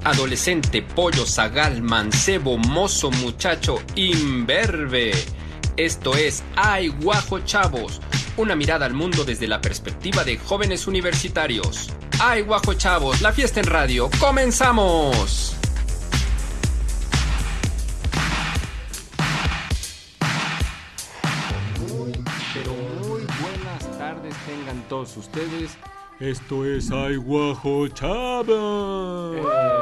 adolescente, pollo, zagal, mancebo, mozo, muchacho, imberbe. Esto es Ay Guajo Chavos, una mirada al mundo desde la perspectiva de jóvenes universitarios. Ay Guajo Chavos, la fiesta en radio, ¡comenzamos! Muy buenas tardes tengan todos ustedes. Esto es Ay Guajo Chavos.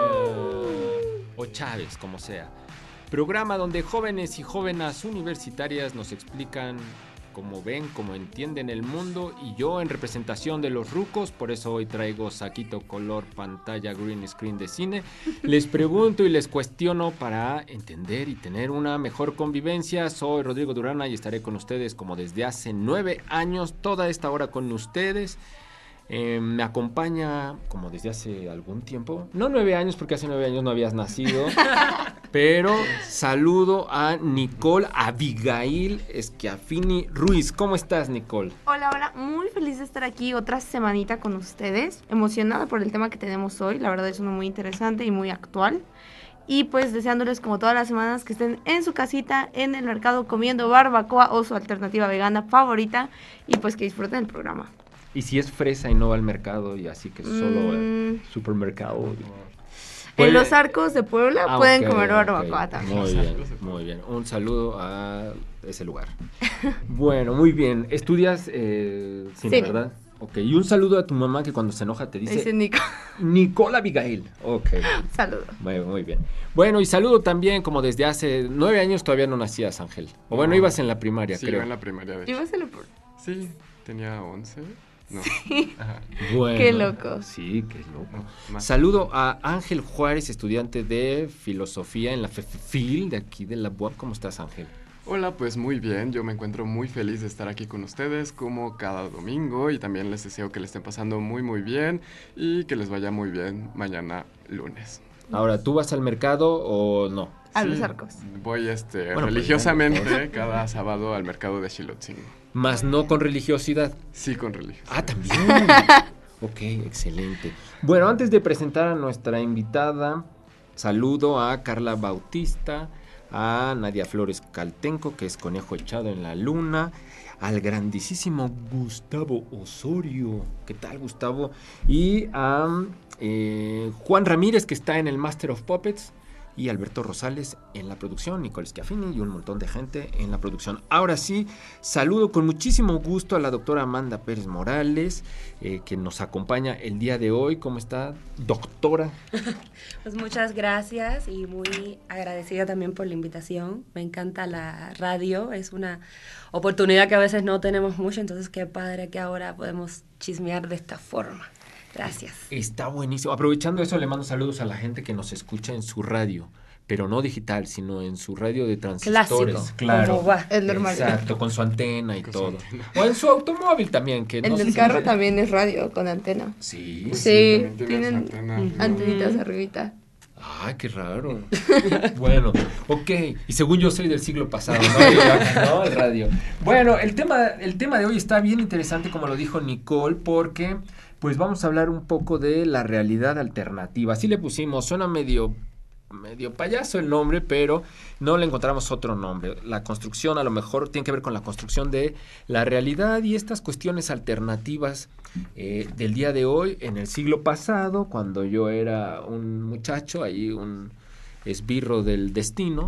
O Chávez, como sea. Programa donde jóvenes y jóvenes universitarias nos explican cómo ven, cómo entienden el mundo, y yo en representación de los rucos, por eso hoy traigo saquito color pantalla green screen de cine, les pregunto y les cuestiono para entender y tener una mejor convivencia. Soy Rodrigo Durana y estaré con ustedes como desde hace 9 años, toda esta hora con ustedes. Me acompaña como desde hace algún tiempo, no 9 años porque hace 9 años no habías nacido, pero saludo a Nicole Abigail Schiaffini Ruiz. ¿Cómo estás, Nicole? Hola, muy feliz de estar aquí otra semanita con ustedes, emocionada por el tema que tenemos hoy, la verdad es uno muy interesante y muy actual. Y pues deseándoles como todas las semanas que estén en su casita, en el mercado, comiendo barbacoa o su alternativa vegana favorita, y pues que disfruten el programa. Y si es fresa y no va al mercado y así que es solo supermercado. En los Arcos de Puebla pueden comer barbacoa también. Muy bien. Un saludo a ese lugar. Bueno, muy bien. ¿Estudias cine, verdad? Ok. Y un saludo a tu mamá que cuando se enoja te dice Nicole Abigail. Ok. Saludo. Muy bien. Bueno, y saludo también como desde hace 9 años todavía no nacías, Ángel. O bueno, ibas en la primaria, sí, creo. Sí, iba en la primaria, de hecho. ¿Ibas en la primaria? Sí, tenía 11. No. Sí. Ajá. Bueno, qué loco. Sí, qué loco. Saludo a Ángel Juárez, estudiante de filosofía en la FEFIL de aquí de la UAP. ¿Cómo estás, Ángel? Hola, pues muy bien. Yo me encuentro muy feliz de estar aquí con ustedes como cada domingo y también les deseo que le estén pasando muy bien y que les vaya muy bien mañana lunes. Ahora, ¿tú vas al mercado o no? A los Arcos. Voy religiosamente cada sábado al mercado de Xilotzingo. Más no con religiosidad. Sí, con religiosidad. Ah, también. Ok, excelente. Bueno, antes de presentar a nuestra invitada, saludo a Carla Bautista, a Nadia Flores Caltenco, que es conejo echado en la luna, al grandísimo Gustavo Osorio. ¿Qué tal, Gustavo? Y a Juan Ramírez, que está en el Master of Puppets, y Alberto Rosales en la producción, Nicole Schiaffini y un montón de gente en la producción. Ahora sí, saludo con muchísimo gusto a la doctora Amanda Pérez Morales, que nos acompaña el día de hoy. ¿Cómo está, doctora? Pues muchas gracias y muy agradecida también por la invitación. Me encanta la radio, es una oportunidad que a veces no tenemos mucho, entonces qué padre que ahora podemos chismear de esta forma. Gracias. Está buenísimo. Aprovechando eso, le mando saludos a la gente que nos escucha en su radio, pero no digital, sino en su radio de transistores. Clásico. Claro. Como va. Es normal. Exacto, con su antena y todo. O en su automóvil también. Que en el carro también es radio con antena. Sí. Sí, tienen antenitas arribita. Ay, qué raro. Bueno, ok. Y según yo soy del siglo pasado, ¿no? El radio. Bueno, el tema de hoy está bien interesante, como lo dijo Nicole, porque pues vamos a hablar un poco de la realidad alternativa. Así le pusimos, suena medio payaso el nombre, pero no le encontramos otro nombre. La construcción a lo mejor tiene que ver con la construcción de la realidad y estas cuestiones alternativas del día de hoy. En el siglo pasado, cuando yo era un muchacho, ahí un esbirro del destino,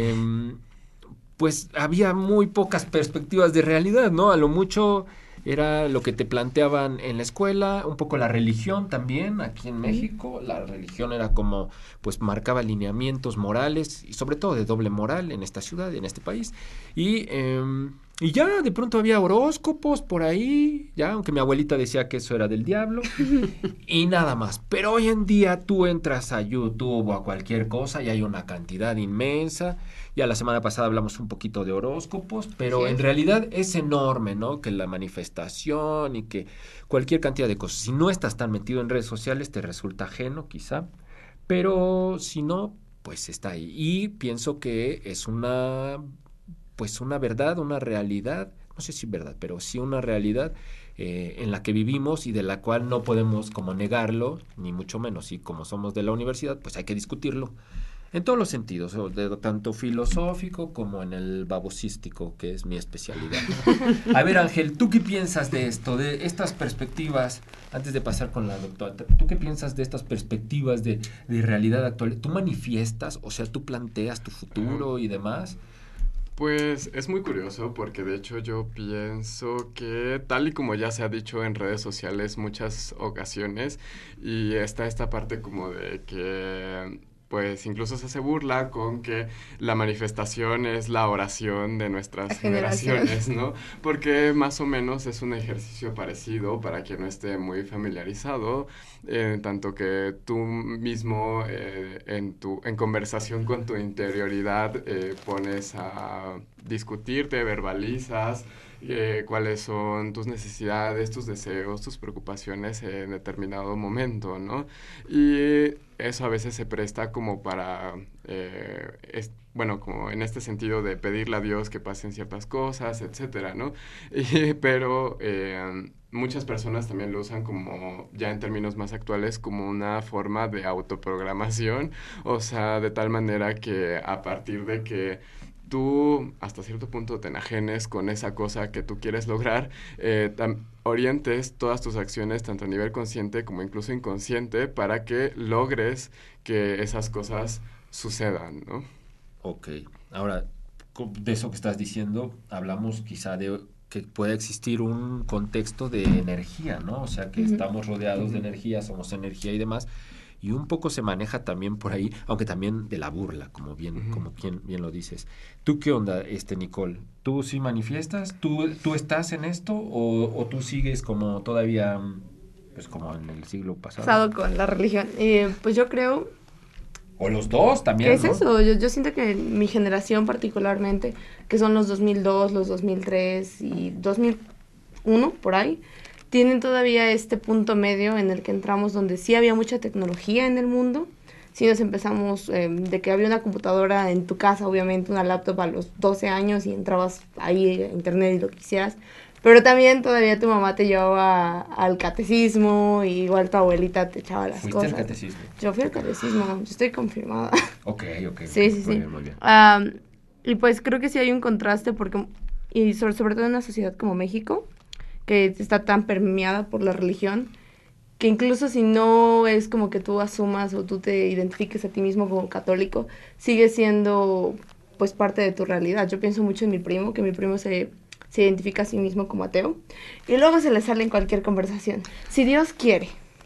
pues había muy pocas perspectivas de realidad, ¿no? A lo mucho era lo que te planteaban en la escuela, un poco la religión también, aquí en México, la religión era como, pues marcaba lineamientos morales, y sobre todo de doble moral en esta ciudad, en este país, y ya de pronto había horóscopos por ahí, ya, aunque mi abuelita decía que eso era del diablo, y nada más, pero hoy en día tú entras a YouTube o a cualquier cosa y hay una cantidad inmensa. Ya la semana pasada hablamos un poquito de horóscopos, pero en realidad es enorme, ¿no? Que la manifestación y que cualquier cantidad de cosas. Si no estás tan metido en redes sociales, te resulta ajeno, quizá, pero si no, pues está ahí. Y pienso que es una verdad, una realidad, no sé si verdad, pero sí una realidad en la que vivimos y de la cual no podemos como negarlo, ni mucho menos. Y como somos de la universidad, pues hay que discutirlo en todos los sentidos, tanto filosófico como en el babosístico, que es mi especialidad. A ver, Ángel, ¿tú qué piensas de esto, de estas perspectivas, antes de pasar con la doctora? ¿Tú qué piensas de estas perspectivas de realidad actual? ¿Tú manifiestas, o sea, tú planteas tu futuro y demás? Pues es muy curioso porque de hecho yo pienso que tal y como ya se ha dicho en redes sociales muchas ocasiones, y está esta parte como de que pues incluso se hace burla con que la manifestación es la oración de nuestras generaciones, ¿no? Porque más o menos es un ejercicio parecido para quien no esté muy familiarizado, tanto que tú mismo en conversación con tu interioridad pones a discutirte, verbalizas cuáles son tus necesidades, tus deseos, tus preocupaciones en determinado momento, ¿no? Y eso a veces se presta como para, bueno, como en este sentido de pedirle a Dios que pasen ciertas cosas, etcétera, ¿no? Pero muchas personas también lo usan como, ya en términos más actuales, como una forma de autoprogramación, o sea, de tal manera que a partir de que tú hasta cierto punto te enajenes con esa cosa que tú quieres lograr, orientes todas tus acciones tanto a nivel consciente como incluso inconsciente para que logres que esas cosas sucedan, ¿no? Ok, ahora, de eso que estás diciendo, hablamos quizá de que pueda existir un contexto de energía, ¿no? O sea, que estamos rodeados de energía, somos energía y demás, y un poco se maneja también por ahí, aunque también de la burla, como bien lo dices. ¿Tú qué onda, Nicole? ¿Tú sí manifiestas? ¿Tú estás en esto o tú sigues como todavía, pues como en el siglo pasado? Pasado con la religión. Pues yo creo... O los dos también, ¿Qué es ¿no? eso? Yo siento que mi generación particularmente, que son los 2002, los 2003 y 2001, por ahí, tienen todavía este punto medio en el que entramos donde sí había mucha tecnología en el mundo. Sí nos empezamos de que había una computadora en tu casa, obviamente una laptop a los 12 años y entrabas ahí a internet y lo que quisieras. Pero también todavía tu mamá te llevaba al catecismo y igual tu abuelita te echaba las cosas. ¿Fuiste al catecismo? Yo fui al catecismo, yo estoy confirmada. Ok. Sí. Muy bien. Y pues creo que sí hay un contraste porque, y sobre todo en una sociedad como México, que está tan permeada por la religión, que incluso si no es como que tú asumas o tú te identifiques a ti mismo como católico, sigue siendo pues parte de tu realidad. Yo pienso mucho en mi primo, que mi primo se identifica a sí mismo como ateo, y luego se le sale en cualquier conversación, si Dios quiere,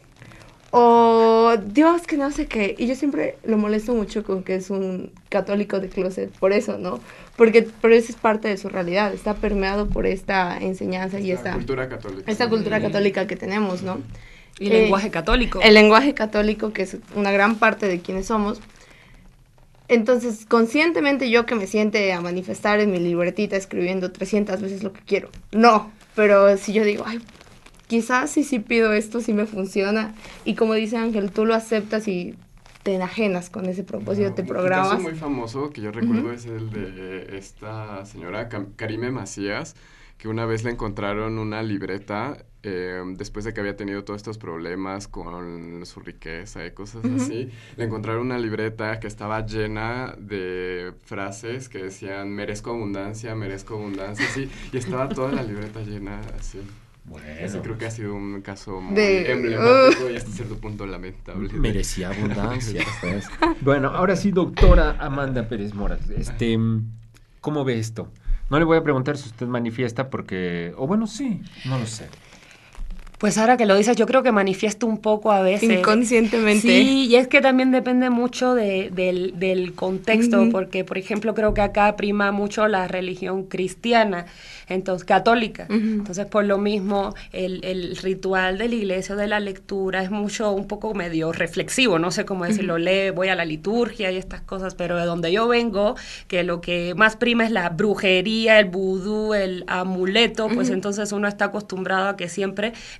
o Dios que no sé qué, y yo siempre lo molesto mucho con que es un católico de closet, por eso, ¿no? Pero eso es parte de su realidad, está permeado por esta enseñanza y esta cultura católica. Esta cultura católica que tenemos, ¿no? Y el lenguaje católico. El lenguaje católico, que es una gran parte de quienes somos. Entonces, conscientemente yo que me siente a manifestar en mi libretita escribiendo 300 veces lo que quiero. No, pero si yo digo, ay, quizás si pido esto, sí me funciona. Y como dice Ángel, tú lo aceptas y te enajenas con ese propósito, te programas. Un caso muy famoso que yo recuerdo es el de esta señora Karime Macías, que una vez le encontraron una libreta después de que había tenido todos estos problemas con su riqueza y cosas así. Le encontraron una libreta que estaba llena de frases que decían merezco abundancia, sí, y estaba toda la libreta llena así. Bueno. Ese creo que ha sido un caso muy emblemático y hasta cierto punto lamentable. Merecía abundancia. Pues. Bueno, ahora sí, doctora Amanda Pérez Mora, ¿cómo ve esto? No le voy a preguntar si usted manifiesta porque... O bueno, sí, no lo sé. Pues ahora que lo dices, yo creo que manifiesto un poco a veces. Inconscientemente. Sí, y es que también depende mucho del contexto, porque, por ejemplo, creo que acá prima mucho la religión cristiana, entonces católica. Entonces, por lo mismo, el ritual de la iglesia o de la lectura es un poco medio reflexivo, no sé cómo decirlo, voy a la liturgia y estas cosas, pero de donde yo vengo, que lo que más prima es la brujería, el vudú, el amuleto, pues entonces uno está acostumbrado a que siempre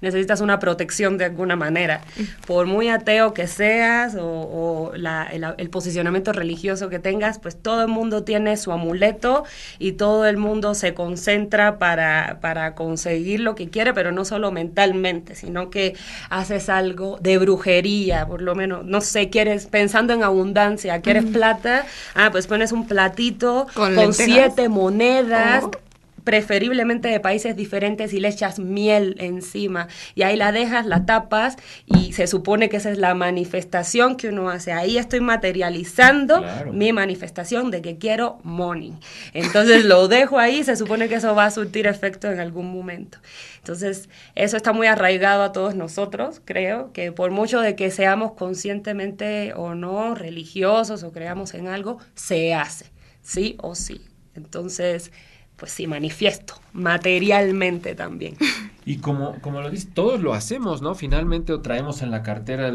necesitas una protección de alguna manera. Por muy ateo que seas o el posicionamiento religioso que tengas, pues todo el mundo tiene su amuleto y todo el mundo se concentra para conseguir lo que quiere, pero no solo mentalmente, sino que haces algo de brujería, por lo menos, no sé, quieres, pensando en abundancia, quieres plata, pues pones un platito con 7 monedas, preferiblemente de países diferentes, y le echas miel encima y ahí la dejas, la tapas y se supone que esa es la manifestación que uno hace. Ahí estoy materializando mi manifestación de que quiero money. Entonces lo dejo ahí, se supone que eso va a surtir efecto en algún momento. Entonces eso está muy arraigado a todos nosotros, creo, que por mucho de que seamos conscientemente o no religiosos o creamos en algo, se hace, sí o sí. Entonces, pues sí, manifiesto, materialmente también. Y como lo dices, todos lo hacemos, ¿no? Finalmente o traemos en la cartera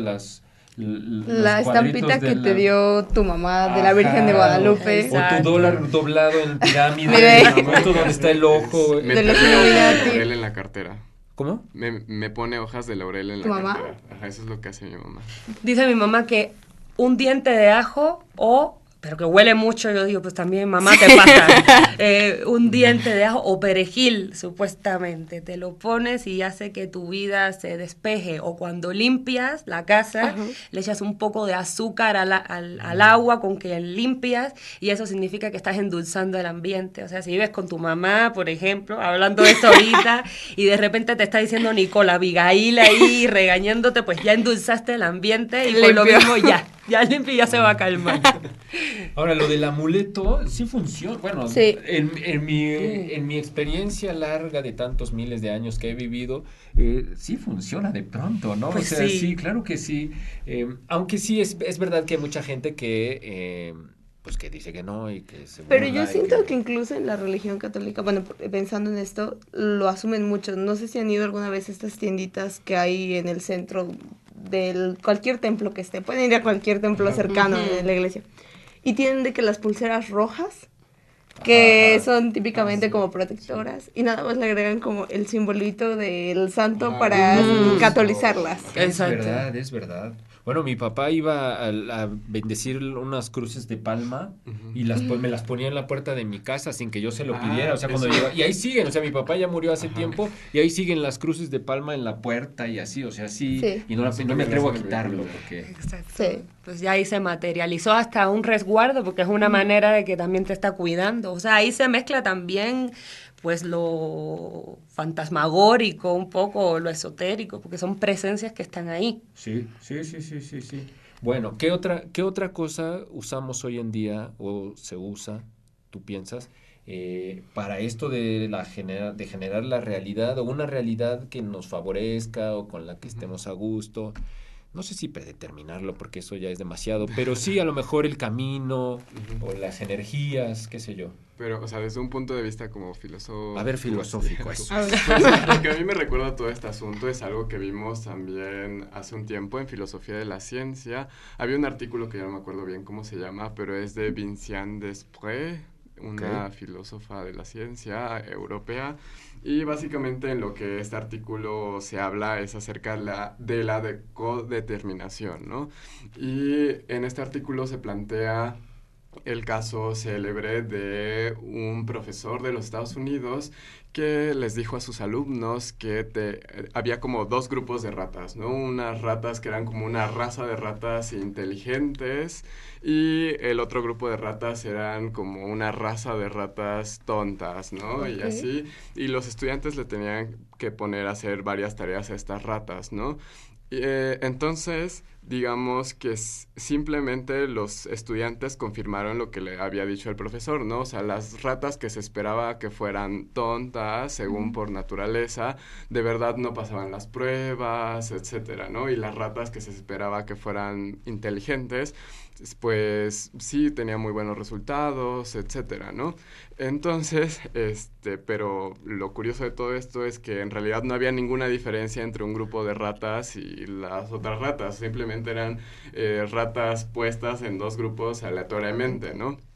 la estampita que te dio tu mamá de la Virgen de Guadalupe. O tu dólar doblado en pirámide, justo donde está el ojo. Me pone hojas de laurel en la cartera. ¿Cómo? Me pone hojas de laurel en la cartera. Ajá, eso es lo que hace mi mamá. Dice mi mamá que un diente de ajo pero que huele mucho, yo digo, pues también, mamá, te pasa. Un diente de ajo o perejil, supuestamente. Te lo pones y hace que tu vida se despeje. O cuando limpias la casa, le echas un poco de azúcar al agua con que limpias, y eso significa que estás endulzando el ambiente. O sea, si vives con tu mamá, por ejemplo, hablando de esto ahorita, y de repente te está diciendo Nicola Abigail ahí regañándote, pues ya endulzaste el ambiente, y por lo mismo ya limpio y ya se va a calmar. Ahora, lo del amuleto sí funciona. Bueno, sí. En mi experiencia larga de tantos miles de años que he vivido, sí funciona de pronto, ¿no? Pues o sea, sí, claro que sí. Aunque sí es verdad que hay mucha gente que pues que dice que no y que se burla. Pero yo siento que incluso en la religión católica, bueno, pensando en esto, lo asumen mucho. No sé si han ido alguna vez a estas tienditas que hay en el centro de cualquier templo que esté. Pueden ir a cualquier templo cercano de la iglesia. Y tienen de que las pulseras rojas, que son típicamente como protectoras, y nada más le agregan como el simbolito del santo para catolizarlas. Exacto. Es verdad. Bueno, mi papá iba a bendecir unas cruces de palma y me las ponía en la puerta de mi casa sin que yo se lo pidiera. O sea, cuando llegaba, y ahí siguen, o sea, mi papá ya murió hace tiempo y ahí siguen las cruces de palma en la puerta y así, o sea, sí. Y no me atrevo a quitarlo porque... Exacto. Sí. Pues ya ahí se materializó hasta un resguardo, porque es una manera de que también te está cuidando. O sea, ahí se mezcla también pues lo fantasmagórico un poco, lo esotérico, porque son presencias que están ahí. Sí. Bueno, ¿qué otra cosa usamos hoy en día o se usa, tú piensas, para esto de generar la realidad o una realidad que nos favorezca o con la que estemos a gusto? No sé si predeterminarlo porque eso ya es demasiado, pero sí a lo mejor el camino o las energías, qué sé yo. Pero, o sea, desde un punto de vista como filosófico. A ver, filosófico eso. Lo que a mí me recuerda todo este asunto es algo que vimos también hace un tiempo en Filosofía de la Ciencia. Había un artículo que ya no me acuerdo bien cómo se llama, pero es de Vinciane Desprez, una filósofa de la ciencia europea. Y básicamente en lo que este artículo se habla es acerca de la codeterminación, ¿no? Y en este artículo se plantea el caso célebre de un profesor de los Estados Unidos que les dijo a sus alumnos que había como 2 grupos de ratas, ¿no? Unas ratas que eran como una raza de ratas inteligentes y el otro grupo de ratas eran como una raza de ratas tontas, ¿no? Y así, y los estudiantes le tenían que poner a hacer varias tareas a estas ratas, ¿no? Entonces, digamos que simplemente los estudiantes confirmaron lo que le había dicho el profesor, ¿no? O sea, las ratas que se esperaba que fueran tontas, según por naturaleza, de verdad no pasaban las pruebas, etcétera, ¿no? Y las ratas que se esperaba que fueran inteligentes, pues sí tenían muy buenos resultados, etcétera, ¿no? Entonces, pero lo curioso de todo esto es que en realidad no había ninguna diferencia entre un grupo de ratas y las otras ratas, simplemente eran ratas puestas en 2 grupos aleatoriamente, ¿no?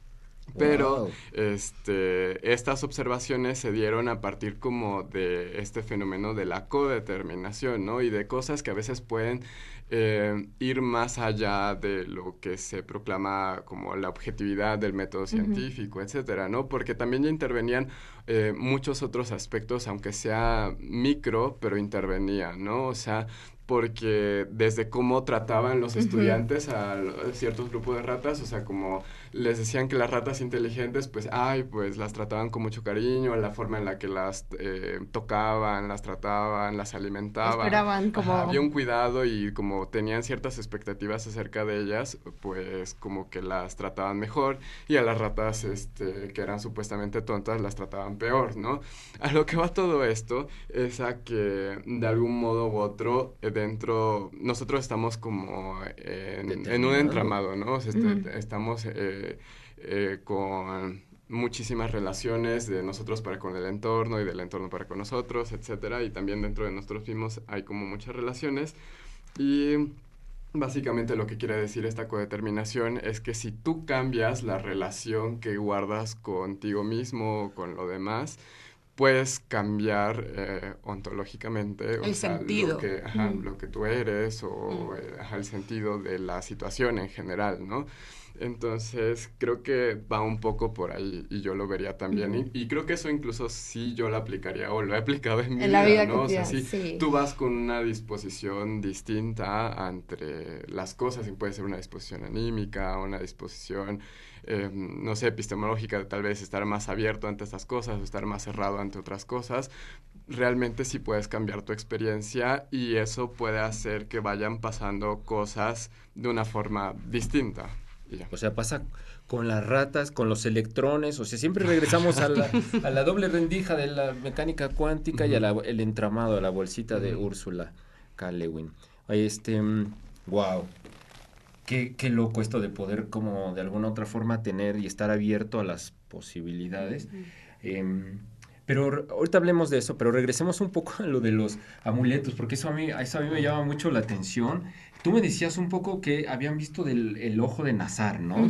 Pero estas observaciones se dieron a partir como de este fenómeno de la codeterminación, ¿no? Y de cosas que a veces pueden ir más allá de lo que se proclama como la objetividad del método científico, etcétera, ¿no? Porque también ya intervenían muchos otros aspectos, aunque sea micro, pero intervenían, ¿no? O sea, porque desde cómo trataban los estudiantes a ciertos grupos de ratas, o sea, como les decían que las ratas inteligentes, pues las trataban con mucho cariño, la forma en la que las tocaban, las trataban, las alimentaban. Esperaban como... había un cuidado y como tenían ciertas expectativas acerca de ellas, pues como que las trataban mejor, y a las ratas que eran supuestamente tontas las trataban peor, ¿no? A lo que va todo esto es a que de algún modo u otro dentro, nosotros estamos como en un entramado, ¿no? O sea, estamos con muchísimas relaciones de nosotros para con el entorno y del entorno para con nosotros, etcétera, y también dentro de nosotros mismos hay como muchas relaciones, y básicamente lo que quiere decir esta codeterminación es que si tú cambias la relación que guardas contigo mismo o con lo demás, puedes cambiar ontológicamente el sentido. Lo que tú eres o el sentido de la situación en general, ¿no? Entonces, creo que va un poco por ahí y yo lo vería también. Y creo que eso incluso sí yo lo aplicaría o lo he aplicado en mi vida, ¿no? O sea, sí, tú vas con una disposición distinta ante las cosas, y puede ser una disposición anímica, una disposición, no sé, epistemológica, de tal vez estar más abierto ante estas cosas o estar más cerrado ante otras cosas. Realmente sí puedes cambiar tu experiencia y eso puede hacer que vayan pasando cosas de una forma distinta. O sea, pasa con las ratas, con los electrones, o sea, siempre regresamos a la doble rendija de la mecánica cuántica y el entramado, a la bolsita de Ursula K. Le Guin. Wow, qué loco esto de poder como de alguna otra forma tener y estar abierto a las posibilidades. Pero ahorita hablemos de eso, pero regresemos un poco a lo de los amuletos, porque eso a mí me llama mucho la atención. Tú me decías un poco que habían visto el ojo de Nazar, ¿no?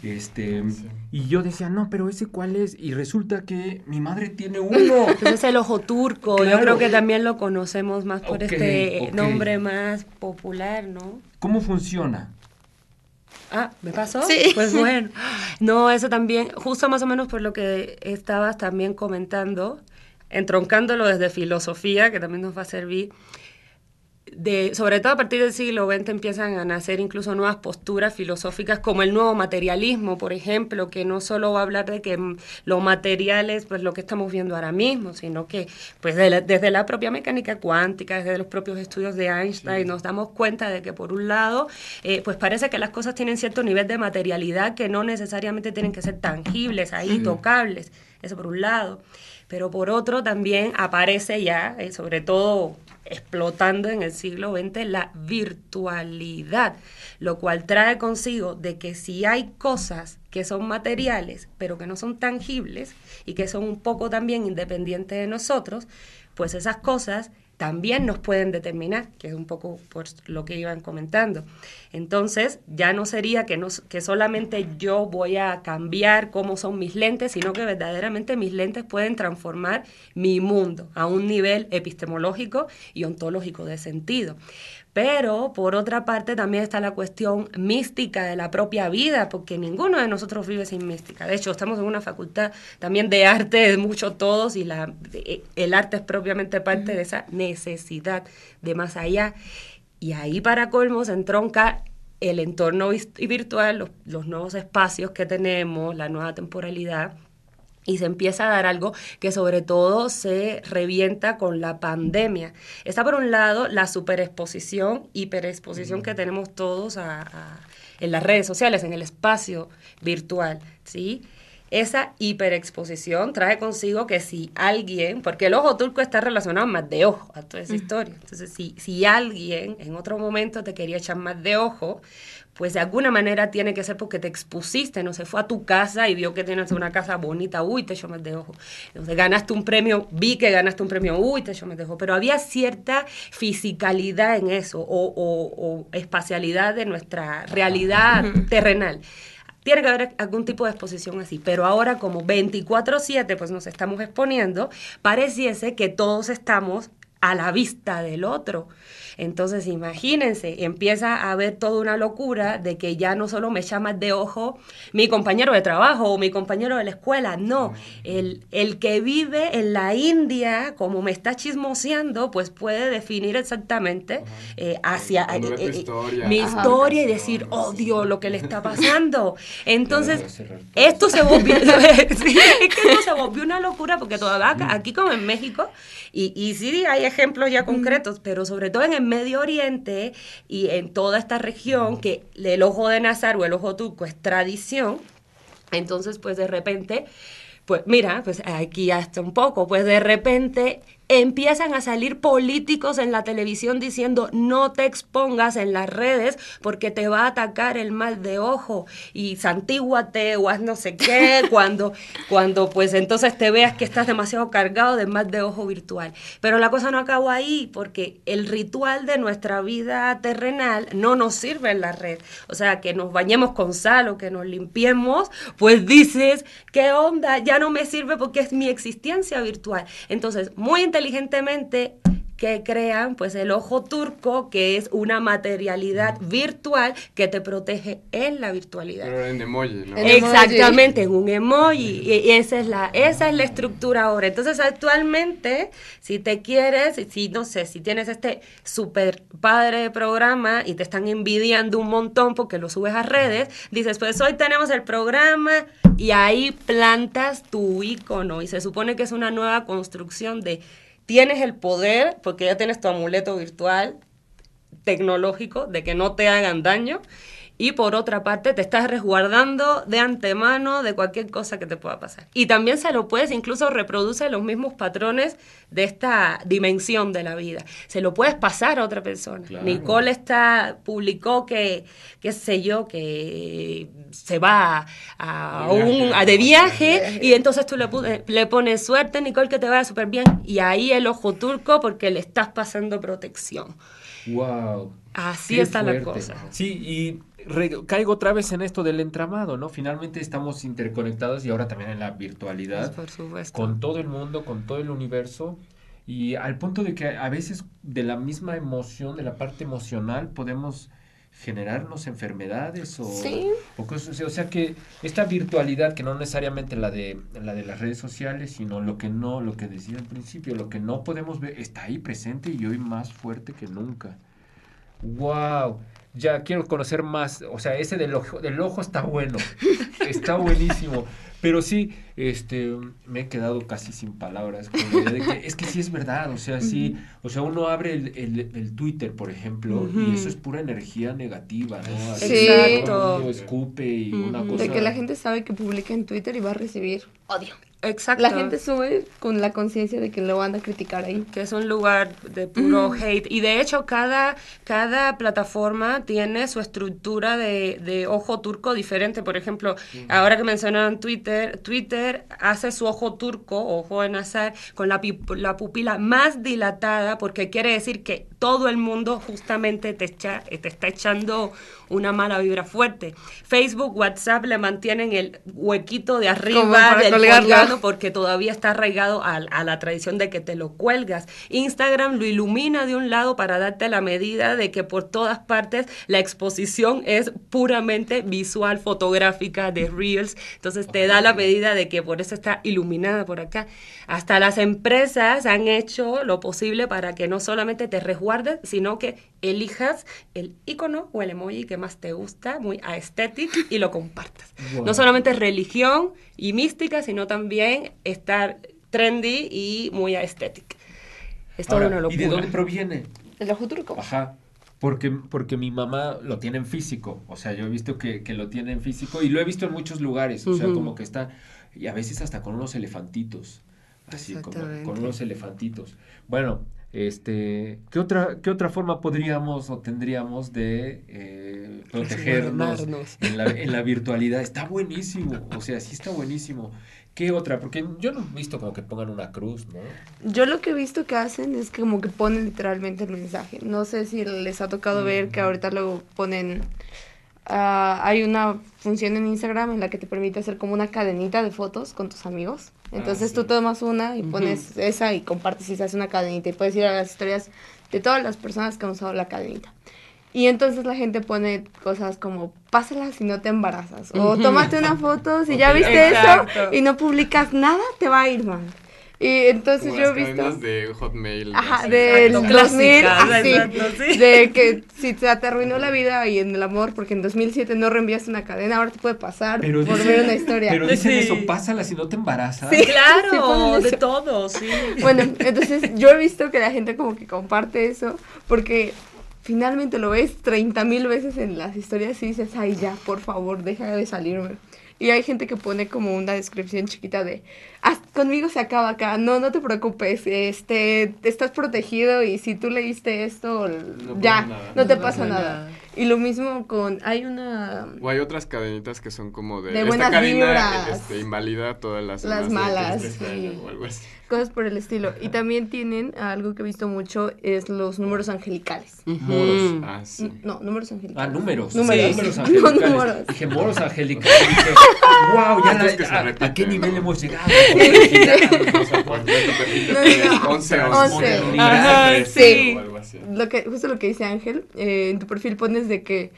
Y yo decía, no, pero ¿ese cuál es? Y resulta que mi madre tiene uno. Entonces es el ojo turco. Claro. Yo creo que también lo conocemos más por nombre más popular, ¿no? ¿Cómo funciona? ¿Me pasó? Sí. Pues bueno. No, eso también, justo más o menos por lo que estabas también comentando, entroncándolo desde filosofía, que también nos va a servir. Sobre todo a partir del siglo XX empiezan a nacer incluso nuevas posturas filosóficas como el nuevo materialismo, por ejemplo, que no solo va a hablar de que lo material es pues lo que estamos viendo ahora mismo, sino que pues desde la propia mecánica cuántica, desde los propios estudios de Einstein, nos damos cuenta de que por un lado pues parece que las cosas tienen cierto nivel de materialidad que no necesariamente tienen que ser tangibles, ahí tocables, eso por un lado, pero por otro también aparece ya, sobre todo explotando en el siglo XX, la virtualidad, lo cual trae consigo de que si hay cosas que son materiales, pero que no son tangibles y que son un poco también independientes de nosotros, pues esas cosas también nos pueden determinar, que es un poco por lo que iban comentando. Entonces, ya no sería que solamente yo voy a cambiar cómo son mis lentes, sino que verdaderamente mis lentes pueden transformar mi mundo a un nivel epistemológico y ontológico de sentido. Pero, por otra parte, también está la cuestión mística de la propia vida, porque ninguno de nosotros vive sin mística. De hecho, estamos en una facultad también de arte, mucho todos, y el arte es propiamente parte de esa necesidad de más allá. Y ahí, para colmo, se entronca el entorno virtual, los nuevos espacios que tenemos, la nueva temporalidad, y se empieza a dar algo que sobre todo se revienta con la pandemia. Está por un lado la superexposición, hiperexposición que tenemos todos en las redes sociales, en el espacio virtual, ¿sí? Esa hiperexposición trae consigo que si alguien, porque el ojo turco está relacionado más de ojo a toda esa historia, entonces si alguien en otro momento te quería echar más de ojo, pues de alguna manera tiene que ser porque te expusiste, no se fue a tu casa y vio que tienes una casa bonita, uy, te echó más de ojo. Entonces ganaste un premio, vi que ganaste un premio, uy, te echó más de ojo. Pero había cierta fisicalidad en eso, o espacialidad de nuestra realidad terrenal. tiene que haber algún tipo de exposición así, pero ahora como 24/7 pues nos estamos exponiendo, pareciese que todos estamos a la vista del otro. Entonces, imagínense, empieza a haber toda una locura de que ya no solo me llamas de ojo mi compañero de trabajo o mi compañero de la escuela, no, el que vive en la India, como me está chismoseando, pues puede definir exactamente hacia mi historia y decir, oh Dios, lo que le está pasando. Entonces, esto se volvió, sí, es que esto se volvió una locura porque todavía aquí como en México, y sí hay ejemplos ya concretos, pero sobre todo en el Medio Oriente y en toda esta región, que el ojo de Nazar o el ojo turco es tradición, entonces pues de repente, pues mira, pues aquí hasta un poco, pues de repente empiezan a salir políticos en la televisión diciendo no te expongas en las redes porque te va a atacar el mal de ojo y santíguate o haz no sé qué cuando pues entonces te veas que estás demasiado cargado de mal de ojo virtual. Pero la cosa no acabó ahí porque el ritual de nuestra vida terrenal no nos sirve en la red. O sea, que nos bañemos con sal o que nos limpiemos, pues dices, ¿qué onda? Ya no me sirve porque es mi existencia virtual. Entonces, muy inteligentemente que crean pues el ojo turco, que es una materialidad virtual que te protege en la virtualidad. Pero en emoji, ¿no? Exactamente, en un emoji. Y esa es la estructura ahora. Entonces, actualmente, si te quieres, no sé, si tienes este super padre programa y te están envidiando un montón porque lo subes a redes, dices, pues hoy tenemos el programa y ahí plantas tu icono y se supone que es una nueva construcción de tienes el poder, porque ya tienes tu amuleto virtual tecnológico de que no te hagan daño, y por otra parte te estás resguardando de antemano de cualquier cosa que te pueda pasar. Y también se lo puedes, incluso reproduce los mismos patrones de esta dimensión de la vida. Se lo puedes pasar a otra persona. Claro. Nicole publicó que, qué sé yo, que se va de viaje y entonces tú le pones suerte, Nicole, que te vaya súper bien. Y ahí el ojo turco porque le estás pasando protección. Wow. Así está la cosa. Sí, y caigo otra vez en esto del entramado, ¿no? Finalmente estamos interconectados y ahora también en la virtualidad. Pues por supuesto. Con todo el mundo, con todo el universo. Y al punto de que a veces de la misma emoción, de la parte emocional, podemos generarnos enfermedades o cosas. O sea que esta virtualidad, que no necesariamente la de las redes sociales, sino lo que decía al principio, lo que no podemos ver, está ahí presente y hoy más fuerte que nunca. ¡Wow! Ya quiero conocer más. O sea, ese del ojo está bueno. Está buenísimo. Pero sí, me he quedado casi sin palabras con la idea de que es que sí es verdad. O sea, sí. O sea, uno abre el Twitter, por ejemplo, y eso es pura energía negativa, ¿no? Sí. Exacto. Escupe y una cosa. De que la gente sabe que publica en Twitter y va a recibir odio. Exacto. La gente sube con la conciencia de que lo van a criticar ahí. Que es un lugar de puro hate. Y de hecho, cada plataforma tiene su estructura de ojo turco diferente. Por ejemplo, ahora que mencionaban Twitter hace su ojo turco, ojo de Nazar, con la pupila más dilatada, porque quiere decir que todo el mundo justamente te está echando una mala vibra fuerte. Facebook, WhatsApp le mantienen el huequito de arriba del colgado porque todavía está arraigado a la tradición de que te lo cuelgas. Instagram lo ilumina de un lado para darte la medida de que por todas partes la exposición es puramente visual, fotográfica, de Reels. Entonces te da la medida de que por eso está iluminada por acá. Hasta las empresas han hecho lo posible para que no solamente te resguardes, sino que elijas el icono o el emoji que más te gusta, muy aesthetic, y lo compartas. Wow. No solamente religión y mística, sino también estar trendy y muy aesthetic. Es toda una locura. ¿Y de dónde proviene? El ojo turco. Ajá. Porque mi mamá lo tiene en físico. O sea, yo he visto que lo tiene en físico y lo he visto en muchos lugares. O sea, como que está, y a veces hasta con unos elefantitos. Así como con unos elefantitos. Bueno, ¿qué otra forma podríamos o tendríamos de protegernos en la virtualidad? Está buenísimo, o sea, sí está buenísimo. ¿Qué otra? Porque yo no he visto como que pongan una cruz, ¿no? Yo lo que he visto que hacen es que como que ponen literalmente el mensaje. No sé si les ha tocado ver que ahorita luego ponen hay una función en Instagram en la que te permite hacer como una cadenita de fotos con tus amigos. Entonces tú tomas una y pones esa y compartes y se hace una cadenita. Y puedes ir a las historias de todas las personas que han usado la cadenita. Y entonces la gente pone cosas como, pásala si no te embarazas. O tómate una foto, si ya viste eso y no publicas nada, te va a ir mal. Y entonces como yo he las visto... cadenas de Hotmail. Ajá, así. del 2000, Clásicas, así, exacto, sí. de que si te arruinó la vida y en el amor, porque en 2007 no reenviaste una cadena, ahora te puede pasar Pero por dicen- ver una historia. Pero dicen Sí. eso, pásala si no te embarazas. Sí. Claro, Sí, ponen de eso. todo, sí. Bueno, entonces yo he visto que la gente como que comparte eso, porque finalmente lo ves 30,000 veces en las historias y dices, ay ya, por favor, deja de salirme. Y hay gente que pone como una descripción chiquita de, conmigo se acaba acá, no te preocupes, estás protegido y si tú leíste esto, ya, pasa nada. no te No pasa pasa nada. nada. Y lo mismo hay una... O hay otras cadenitas que son como de De esta buenas cadena vibras. Invalida todas las Las demás de que malas, este sí. año o algo así. Cosas por el estilo. Y también tienen algo que he visto mucho, es los números angelicales. Moros. Ah, sí. No, números angelicales. Números. Números. Sí, números No, angelicales. números. Dije, moros angelicales. Dije, wow, ya Estos que se ¿a repiten, qué nivel ¿no? hemos llegado? O sea, cuando tu perfil te No, pones no. 11, 11. Ajá, sí. o algo así. Justo lo que dice Ángel, en tu perfil pones de que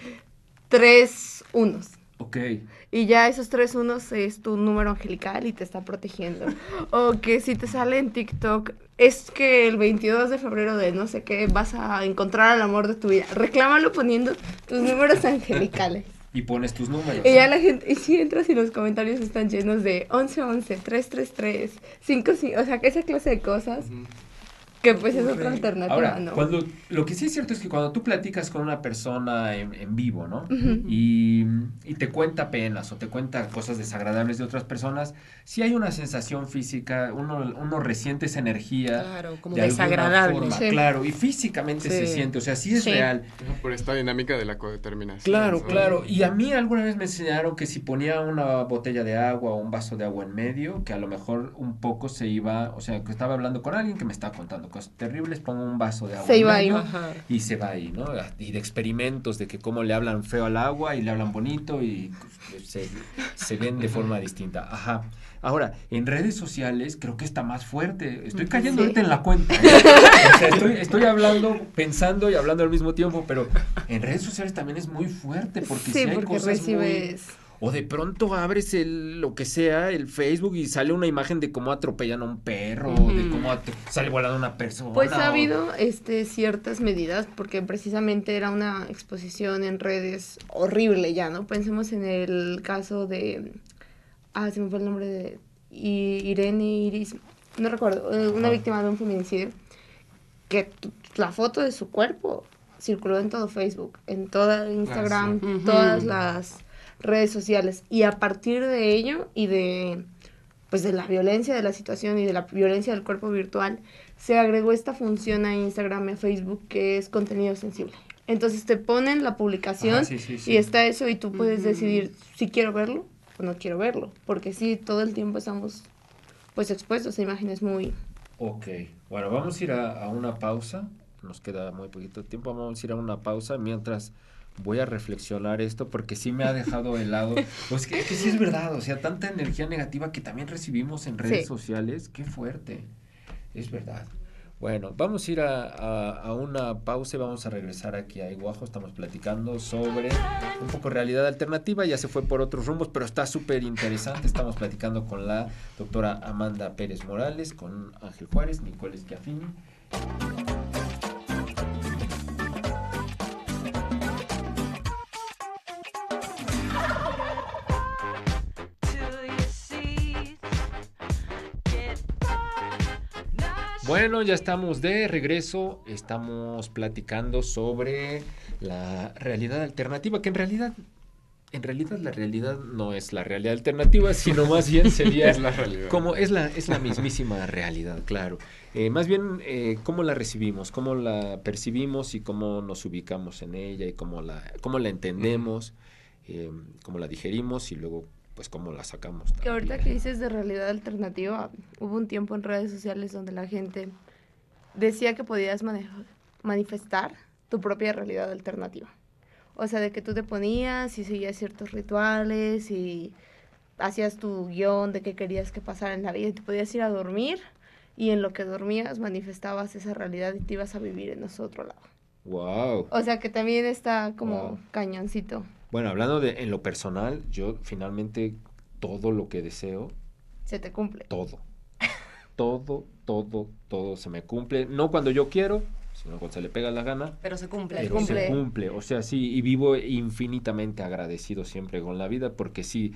3 unos. Ok. Y ya esos 3 unos es tu número angelical y te está protegiendo. O que si te sale en TikTok, es que el 22 de febrero de no sé qué vas a encontrar al amor de tu vida. Reclámalo poniendo tus números angelicales. Y pones tus números. Y ya la gente, y si entras y los comentarios están llenos de 1111, 333, 55, o sea, que esa clase de cosas, que pues es otra alternativa, Ahora, ¿no? lo que sí es cierto es que cuando tú platicas con una persona en vivo, ¿no? Y te cuenta penas o te cuenta cosas desagradables de otras personas, sí hay una sensación física, uno resiente esa energía. Claro, como de alguna desagradable. forma, Sí. claro, y físicamente se Sí. siente, o sea, sí es Sí. real. Por esta dinámica de la codeterminación. Claro, ¿no? claro. Y a mí alguna vez me enseñaron que si ponía una botella de agua o un vaso de agua en medio, que a lo mejor un poco se iba, o sea, que estaba hablando con alguien que me estaba contando cosas terribles, pongo un vaso de agua Se en iba ahí. medio Ajá. y se va ahí, ¿no? Y de experimentos de que cómo le hablan feo al agua y le hablan bonito y se ven de forma distinta. Ajá. Ahora, en redes sociales creo que está más fuerte. Estoy cayendo Sí. ahorita en la cuenta. O sea, estoy hablando, pensando y hablando al mismo tiempo, pero en redes sociales también es muy fuerte porque Sí, si hay porque cosas recibes... o de pronto abres lo que sea, el Facebook y sale una imagen de cómo atropellan a un perro, de cómo sale volando una persona. Pues ha o- habido ciertas medidas, porque precisamente era una exposición en redes horrible ya, ¿no? Pensemos en el caso de... se me fue el nombre de Irene Iris, no recuerdo, una Ajá. víctima de un feminicidio, que la foto de su cuerpo circuló en todo Facebook, en toda Instagram, sí. Ujú. todas las redes sociales, y a partir de ello y de pues de la violencia de la situación y de la violencia del cuerpo virtual, se agregó esta función a Instagram y a Facebook que es contenido sensible. Entonces te ponen la publicación Ajá, sí, sí, sí. y está eso y tú puedes Ujú. decidir si quiero verlo o no quiero verlo, porque sí, todo el tiempo estamos pues expuestos a imágenes muy... Ok, bueno, vamos a ir a una pausa, nos queda muy poquito tiempo, vamos a ir a una pausa mientras voy a reflexionar esto porque sí me ha dejado helado. Pues que sí es verdad, o sea, tanta energía negativa que también recibimos en redes Sí. sociales, qué fuerte, es verdad. Bueno, vamos a ir a una pausa y vamos a regresar aquí a Iguajo. Estamos platicando sobre un poco realidad alternativa, ya se fue por otros rumbos, pero está súper interesante. Estamos platicando con la doctora Amanda Pérez Morales, con Ángel Juárez, Nicole Schiaffini. Bueno, ya estamos de regreso, estamos platicando sobre la realidad alternativa, que en realidad la realidad no es la realidad alternativa, sino más bien sería Es la realidad. como es la mismísima realidad, claro. Más bien cómo la recibimos, cómo la percibimos y cómo nos ubicamos en ella y cómo la entendemos, cómo la digerimos y luego pues cómo la sacamos. Que ahorita también. que dices de realidad alternativa, hubo un tiempo en redes sociales donde la gente decía que podías manifestar tu propia realidad alternativa. O sea, de que tú te ponías y seguías ciertos rituales y hacías tu guión de qué querías que pasara en la vida y te podías ir a dormir y en lo que dormías manifestabas esa realidad y te ibas a vivir en ese otro lado. Wow. O sea, que también está como Wow. cañoncito. Bueno, hablando de en lo personal, yo finalmente todo lo que deseo, Se te cumple. todo. Todo se me cumple. No cuando yo quiero, sino cuando se le pega la gana. Pero se cumple. Se Pero cumple. se cumple, o sea, sí, y vivo infinitamente agradecido siempre con la vida, porque sí,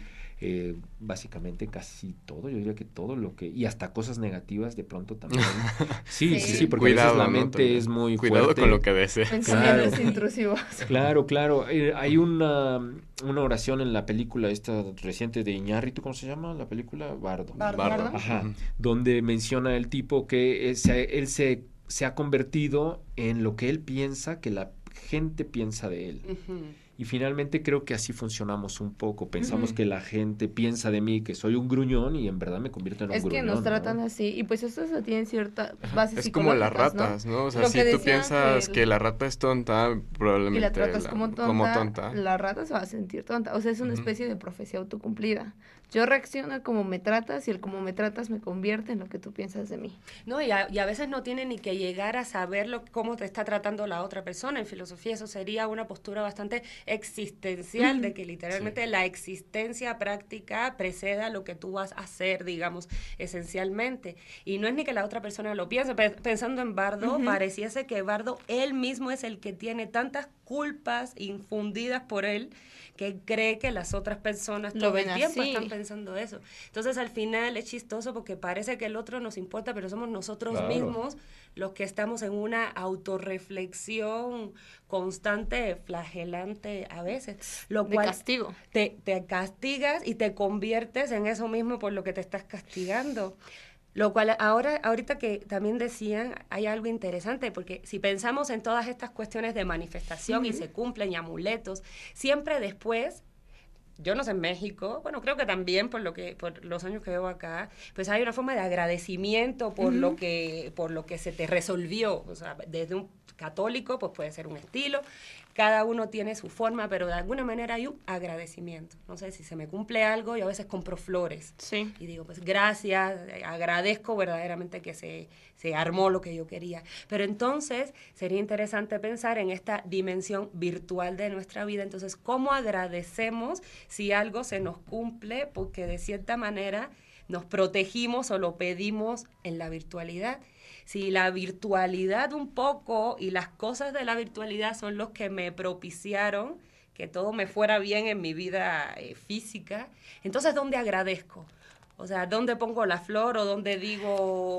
básicamente casi todo, yo diría que todo lo que, y hasta cosas negativas de pronto también. Sí, Sí. sí, porque a veces Cuidado, la ¿no? mente También. es muy Cuidado fuerte. con lo que deseas. Pensamientos Claro. intrusivos. Claro. Hay una oración en la película esta reciente de Iñárritu, ¿cómo se llama? La película Bardo. Bardo. Ajá, Ujú. donde menciona el tipo que él se ha convertido en lo que él piensa que la gente piensa de él. Ujú. Y finalmente creo que así funcionamos un poco. Pensamos Ujú. que la gente piensa de mí que soy un gruñón y en verdad me convierto en un Es que gruñón, nos ¿no? tratan así y pues eso tiene cierta base Es como las psicológicas, ¿no? ratas, ¿no? O sea, Lo si que tú decían piensas que que la rata es tonta, y probablemente la tratas como tonta, tonta. la rata se va a sentir tonta. O sea, es una Ujú. especie de profecía autocumplida. Yo reacciono a como me tratas y el como me tratas me convierte en lo que tú piensas de mí. No, y a veces no tiene ni que llegar a saber cómo te está tratando la otra persona. En filosofía eso sería una postura bastante existencial, de que literalmente la existencia práctica preceda lo que tú vas a hacer, digamos, esencialmente. Y no es ni que la otra persona lo piense. Pensando en Bardo, pareciese que Bardo él mismo es el que tiene tantas culpas infundidas por él que cree que las otras personas Lo todo ven el tiempo así. están pensando eso. Entonces al final es chistoso porque parece que el otro nos importa, pero somos nosotros Claro. mismos los que estamos en una autorreflexión constante, flagelante a veces, lo De cual castigo. te castigas y te conviertes en eso mismo por lo que te estás castigando. Lo cual ahorita que también decían, hay algo interesante, porque si pensamos en todas estas cuestiones de manifestación y se cumplen y amuletos, siempre después, yo no sé en México, bueno, creo que también por los años que veo acá, pues hay una forma de agradecimiento por lo que se te resolvió. O sea, desde un católico, pues puede ser un estilo, cada uno tiene su forma, pero de alguna manera hay un agradecimiento. No sé, si se me cumple algo, yo a veces compro flores. Sí. Y digo, pues gracias, agradezco verdaderamente que se armó lo que yo quería. Pero entonces sería interesante pensar en esta dimensión virtual de nuestra vida. Entonces, ¿cómo agradecemos si algo se nos cumple? Porque de cierta manera nos protegimos o lo pedimos en la virtualidad. Si la virtualidad un poco y las cosas de la virtualidad son los que me propiciaron que todo me fuera bien en mi vida física, entonces ¿dónde agradezco? O sea, ¿dónde pongo la flor o dónde digo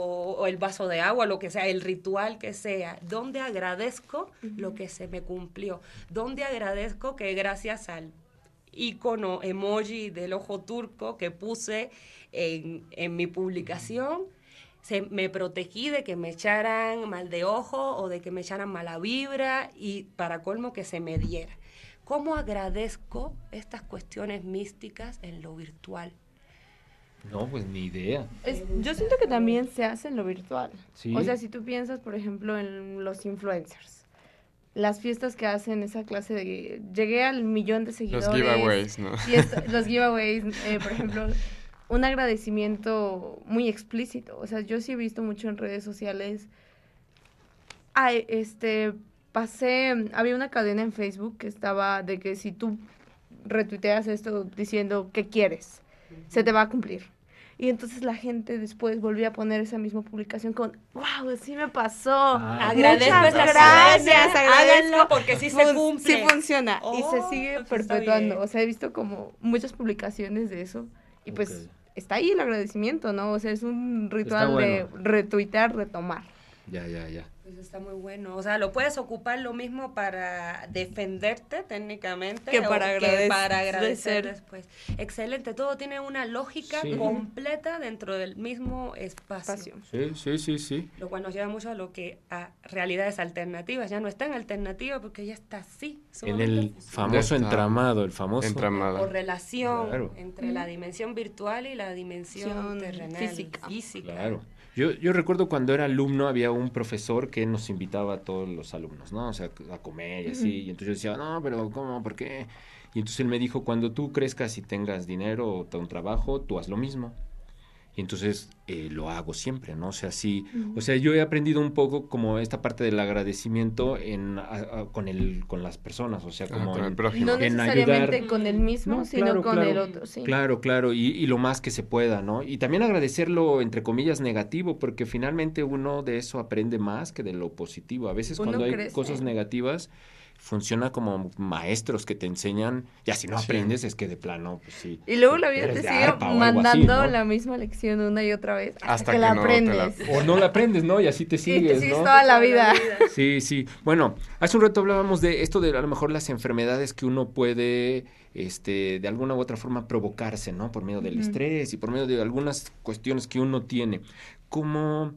o el vaso de agua, lo que sea, el ritual que sea? ¿Dónde agradezco lo que se me cumplió? ¿Dónde agradezco que gracias al icono emoji del ojo turco que puse en mi publicación, me protegí de que me echaran mal de ojo o de que me echaran mala vibra y para colmo que se me diera? ¿Cómo agradezco estas cuestiones místicas en lo virtual? No, pues ni idea. Yo siento que también se hace en lo virtual. Sí. O sea, si tú piensas, por ejemplo, en los influencers, las fiestas que hacen esa clase de... Llegué al 1,000,000 de seguidores. Los giveaways, ¿no? Los giveaways, por ejemplo, un agradecimiento muy explícito. O sea, yo sí he visto mucho en redes sociales. Había una cadena en Facebook que estaba de que si tú retuiteas esto diciendo ¿qué quieres? Se te va a cumplir. Y entonces la gente después volvió a poner esa misma publicación con, wow, sí me pasó. Agradezco Muchas esta gracias, cadena, agradezco. háganlo porque sí se cumple. Sí funciona y se Oh, sigue pues está perpetuando. bien. O sea, he visto como muchas publicaciones de eso y pues Ok. está ahí el agradecimiento, ¿no? O sea, es un ritual bueno. de retuitear, retomar. Ya. Pues está muy bueno. O sea, lo puedes ocupar lo mismo para defenderte técnicamente Que o para agradecer agradecer. después. Excelente. Todo tiene una lógica Sí. completa dentro del mismo espacio. Sí. Lo cual nos lleva mucho a lo que a realidades alternativas. Ya no está en alternativa porque ya está así. En el sumamente famoso Está entramado, el famoso... entramado. por relación Claro. entre la dimensión virtual y la dimensión Dimensión terrenal, física. física. Claro. Yo recuerdo cuando era alumno había un profesor que nos invitaba a todos los alumnos, ¿no? O sea, a comer y así. Y entonces yo decía, no, pero ¿cómo? ¿Por qué? Y entonces él me dijo, cuando tú crezcas y tengas dinero o un trabajo, tú haz lo mismo. Y entonces lo hago siempre, ¿no? O sea, sí, o sea, yo he aprendido un poco como esta parte del agradecimiento con las personas, o sea, como con el en, prójimo. No en necesariamente ayudar. con el mismo, No, sino claro, con claro. el otro, sí. Claro, claro, y lo más que se pueda, ¿no? Y también agradecerlo, entre comillas, negativo, porque finalmente uno de eso aprende más que de lo positivo. A veces Uno cuando hay crece. cosas negativas, funciona como maestros que te enseñan, ya si no Sí. aprendes es que de plano, pues sí. Y luego la vida eres te de sigue arpa o algo así, mandando ¿no? la misma lección una y otra vez hasta Hasta que que la no te la- aprendes. O no la aprendes, ¿no? Y así te Y sigues, te sigues ¿no? toda la vida. Sí, sí. Bueno, hace un rato hablábamos de esto de a lo mejor las enfermedades que uno puede, de alguna u otra forma provocarse, ¿no? Por medio del estrés y por medio de algunas cuestiones que uno tiene. ¿Cómo,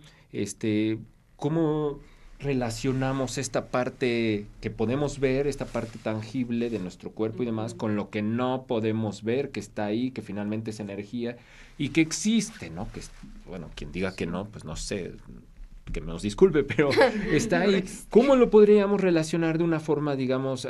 cómo relacionamos esta parte que podemos ver, esta parte tangible de nuestro cuerpo y demás, con lo que no podemos ver, que está ahí, que finalmente es energía y que existe, ¿no? Que, bueno, quien diga que no, pues no sé, que nos disculpe, pero está ahí. ¿Cómo lo podríamos relacionar de una forma, digamos,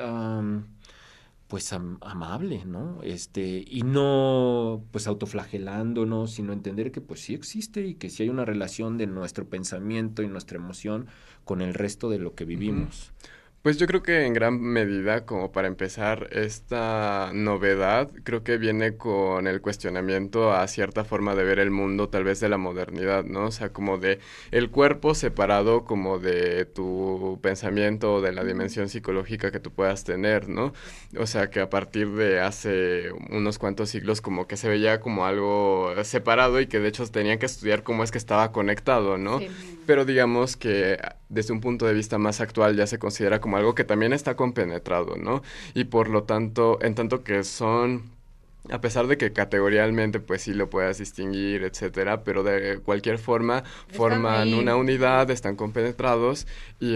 pues amable, ¿no? Y no pues autoflagelándonos, sino entender que pues sí existe y que sí hay una relación de nuestro pensamiento y nuestra emoción con el resto de lo que vivimos. Pues yo creo que en gran medida, como para empezar, esta novedad creo que viene con el cuestionamiento a cierta forma de ver el mundo, tal vez de la modernidad, ¿no? O sea, como de el cuerpo separado como de tu pensamiento o de la dimensión psicológica que tú puedas tener, ¿no? O sea, que a partir de hace unos cuantos siglos como que se veía como algo separado y que de hecho tenían que estudiar cómo es que estaba conectado, ¿no? Sí. Pero digamos que desde un punto de vista más actual ya se considera como algo que también está compenetrado, ¿no? Y por lo tanto, en tanto que son, a pesar de que categorialmente pues sí lo puedas distinguir, etcétera, pero de cualquier forma forman ahí. una unidad, están compenetrados y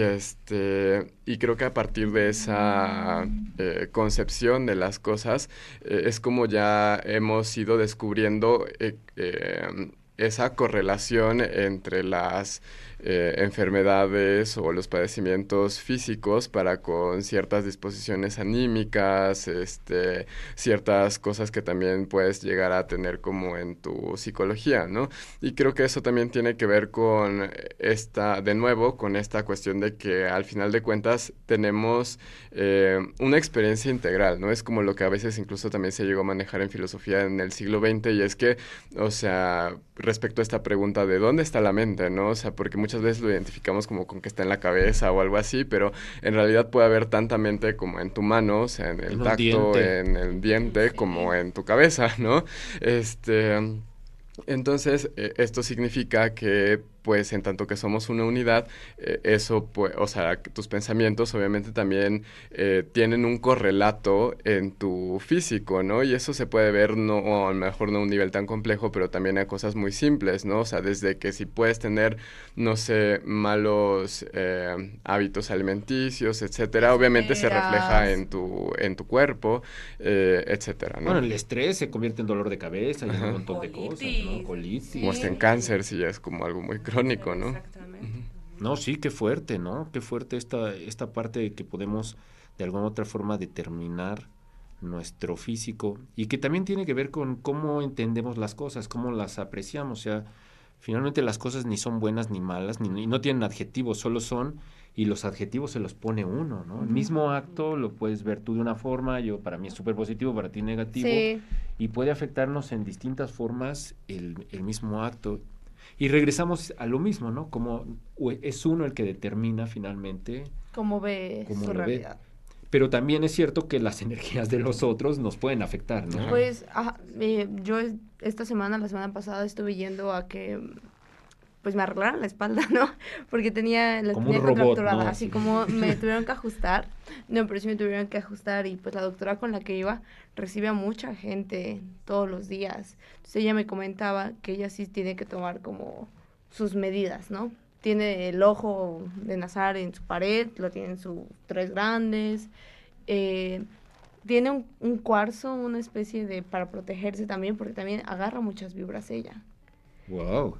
y creo que a partir de esa concepción de las cosas es como ya hemos ido descubriendo esa correlación entre las enfermedades o los padecimientos físicos para con ciertas disposiciones anímicas, ciertas cosas que también puedes llegar a tener como en tu psicología, ¿no? Y creo que eso también tiene que ver con de nuevo, con esta cuestión de que al final de cuentas tenemos una experiencia integral, ¿no? Es como lo que a veces incluso también se llegó a manejar en filosofía en el siglo XX y es que, o sea, respecto a esta pregunta de dónde está la mente, ¿no? O sea, porque muchas veces lo identificamos como con que está en la cabeza o algo así, pero en realidad puede haber tanta mente como en tu mano, o sea, en el tacto, en el diente, como en tu cabeza, ¿no? Entonces, esto significa que pues en tanto que somos una unidad, eso, pues, o sea, tus pensamientos obviamente también tienen un correlato en tu físico, ¿no? Y eso se puede ver, no, o a lo mejor no a un nivel tan complejo, pero también a cosas muy simples, ¿no? O sea, desde que si puedes tener, no sé, malos hábitos alimenticios, etcétera, obviamente se refleja en tu cuerpo, etcétera, ¿no? Bueno, el estrés se convierte en dolor de cabeza y en un montón de cosas, ¿no? Colitis. Sí. O hasta en cáncer, si ya es como algo muy crónico, ¿no? Exactamente. No, sí, qué fuerte, ¿no? Qué fuerte esta parte de que podemos de alguna u otra forma determinar nuestro físico y que también tiene que ver con cómo entendemos las cosas, cómo las apreciamos. O sea, finalmente las cosas ni son buenas ni malas, ni no tienen adjetivos, solo son y los adjetivos se los pone uno, ¿no? El mismo acto lo puedes ver tú de una forma, para mí es súper positivo, para ti negativo, Sí. y puede afectarnos en distintas formas el mismo acto. Y regresamos a lo mismo, ¿no? Como es uno el que determina finalmente ¿Cómo ve cómo su lo ve. realidad? Pero también es cierto que las energías de los otros nos pueden afectar, ¿no? Pues yo esta semana, la semana pasada, estuve yendo a que pues me arreglaran la espalda, ¿no? Porque la Como tenía un robot, contracturada, ¿no? así Así. como me tuvieron que ajustar. No, pero sí me tuvieron que ajustar y pues la doctora con la que iba recibe a mucha gente todos los días. Entonces ella me comentaba que ella sí tiene que tomar como sus medidas, ¿no? Tiene el ojo de Nazar en su pared, lo tiene en sus 3 grandes, tiene un cuarzo, una especie de para protegerse también, porque también agarra muchas vibras ella. Wow.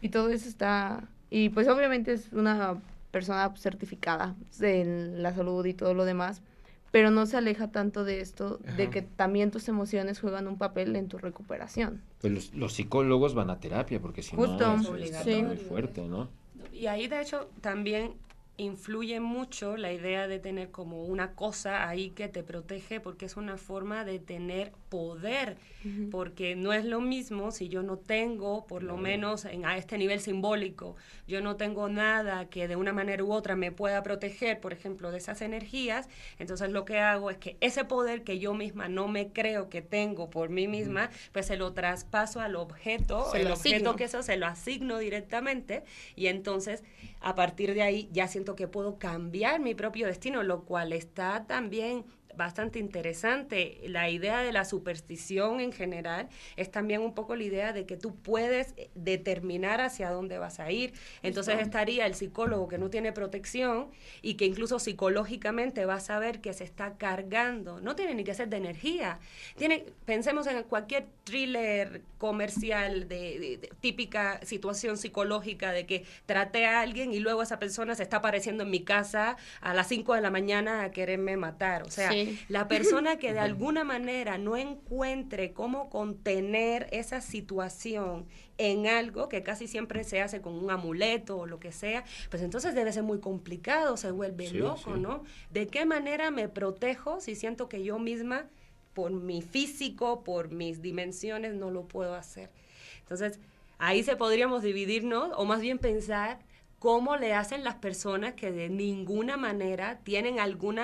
Y todo eso está... Y pues obviamente es una persona certificada en la salud y todo lo demás, pero no se aleja tanto de esto, de que también tus emociones juegan un papel en tu recuperación. Pues los psicólogos van a terapia, porque si Justo, no, es sí. muy fuerte, ¿no? Y ahí, de hecho, también influye mucho la idea de tener como una cosa ahí que te protege, porque es una forma de tener poder, porque no es lo mismo si yo no tengo, por lo menos a este nivel simbólico, yo no tengo nada que de una manera u otra me pueda proteger, por ejemplo, de esas energías. Entonces lo que hago es que ese poder que yo misma no me creo que tengo por mí misma, pues se lo traspaso al objeto, el objeto que eso se lo asigno directamente, y entonces a partir de ahí ya siento que puedo cambiar mi propio destino, lo cual está también bastante interesante. La idea de la superstición en general es también un poco la idea de que tú puedes determinar hacia dónde vas a ir. Entonces estaría el psicólogo que no tiene protección y que incluso psicológicamente va a saber que se está cargando. No tiene ni que ser de energía. Pensemos en cualquier thriller comercial de típica situación psicológica de que traté a alguien y luego esa persona se está apareciendo en mi casa a las 5 de la mañana a quererme matar. O sea, la persona que de alguna manera no encuentre cómo contener esa situación en algo que casi siempre se hace con un amuleto o lo que sea, pues entonces debe ser muy complicado, se vuelve loco, ¿no? ¿De qué manera me protejo si siento que yo misma, por mi físico, por mis dimensiones, no lo puedo hacer? Entonces, ahí podríamos dividirnos, o más bien pensar cómo le hacen las personas que de ninguna manera tienen algún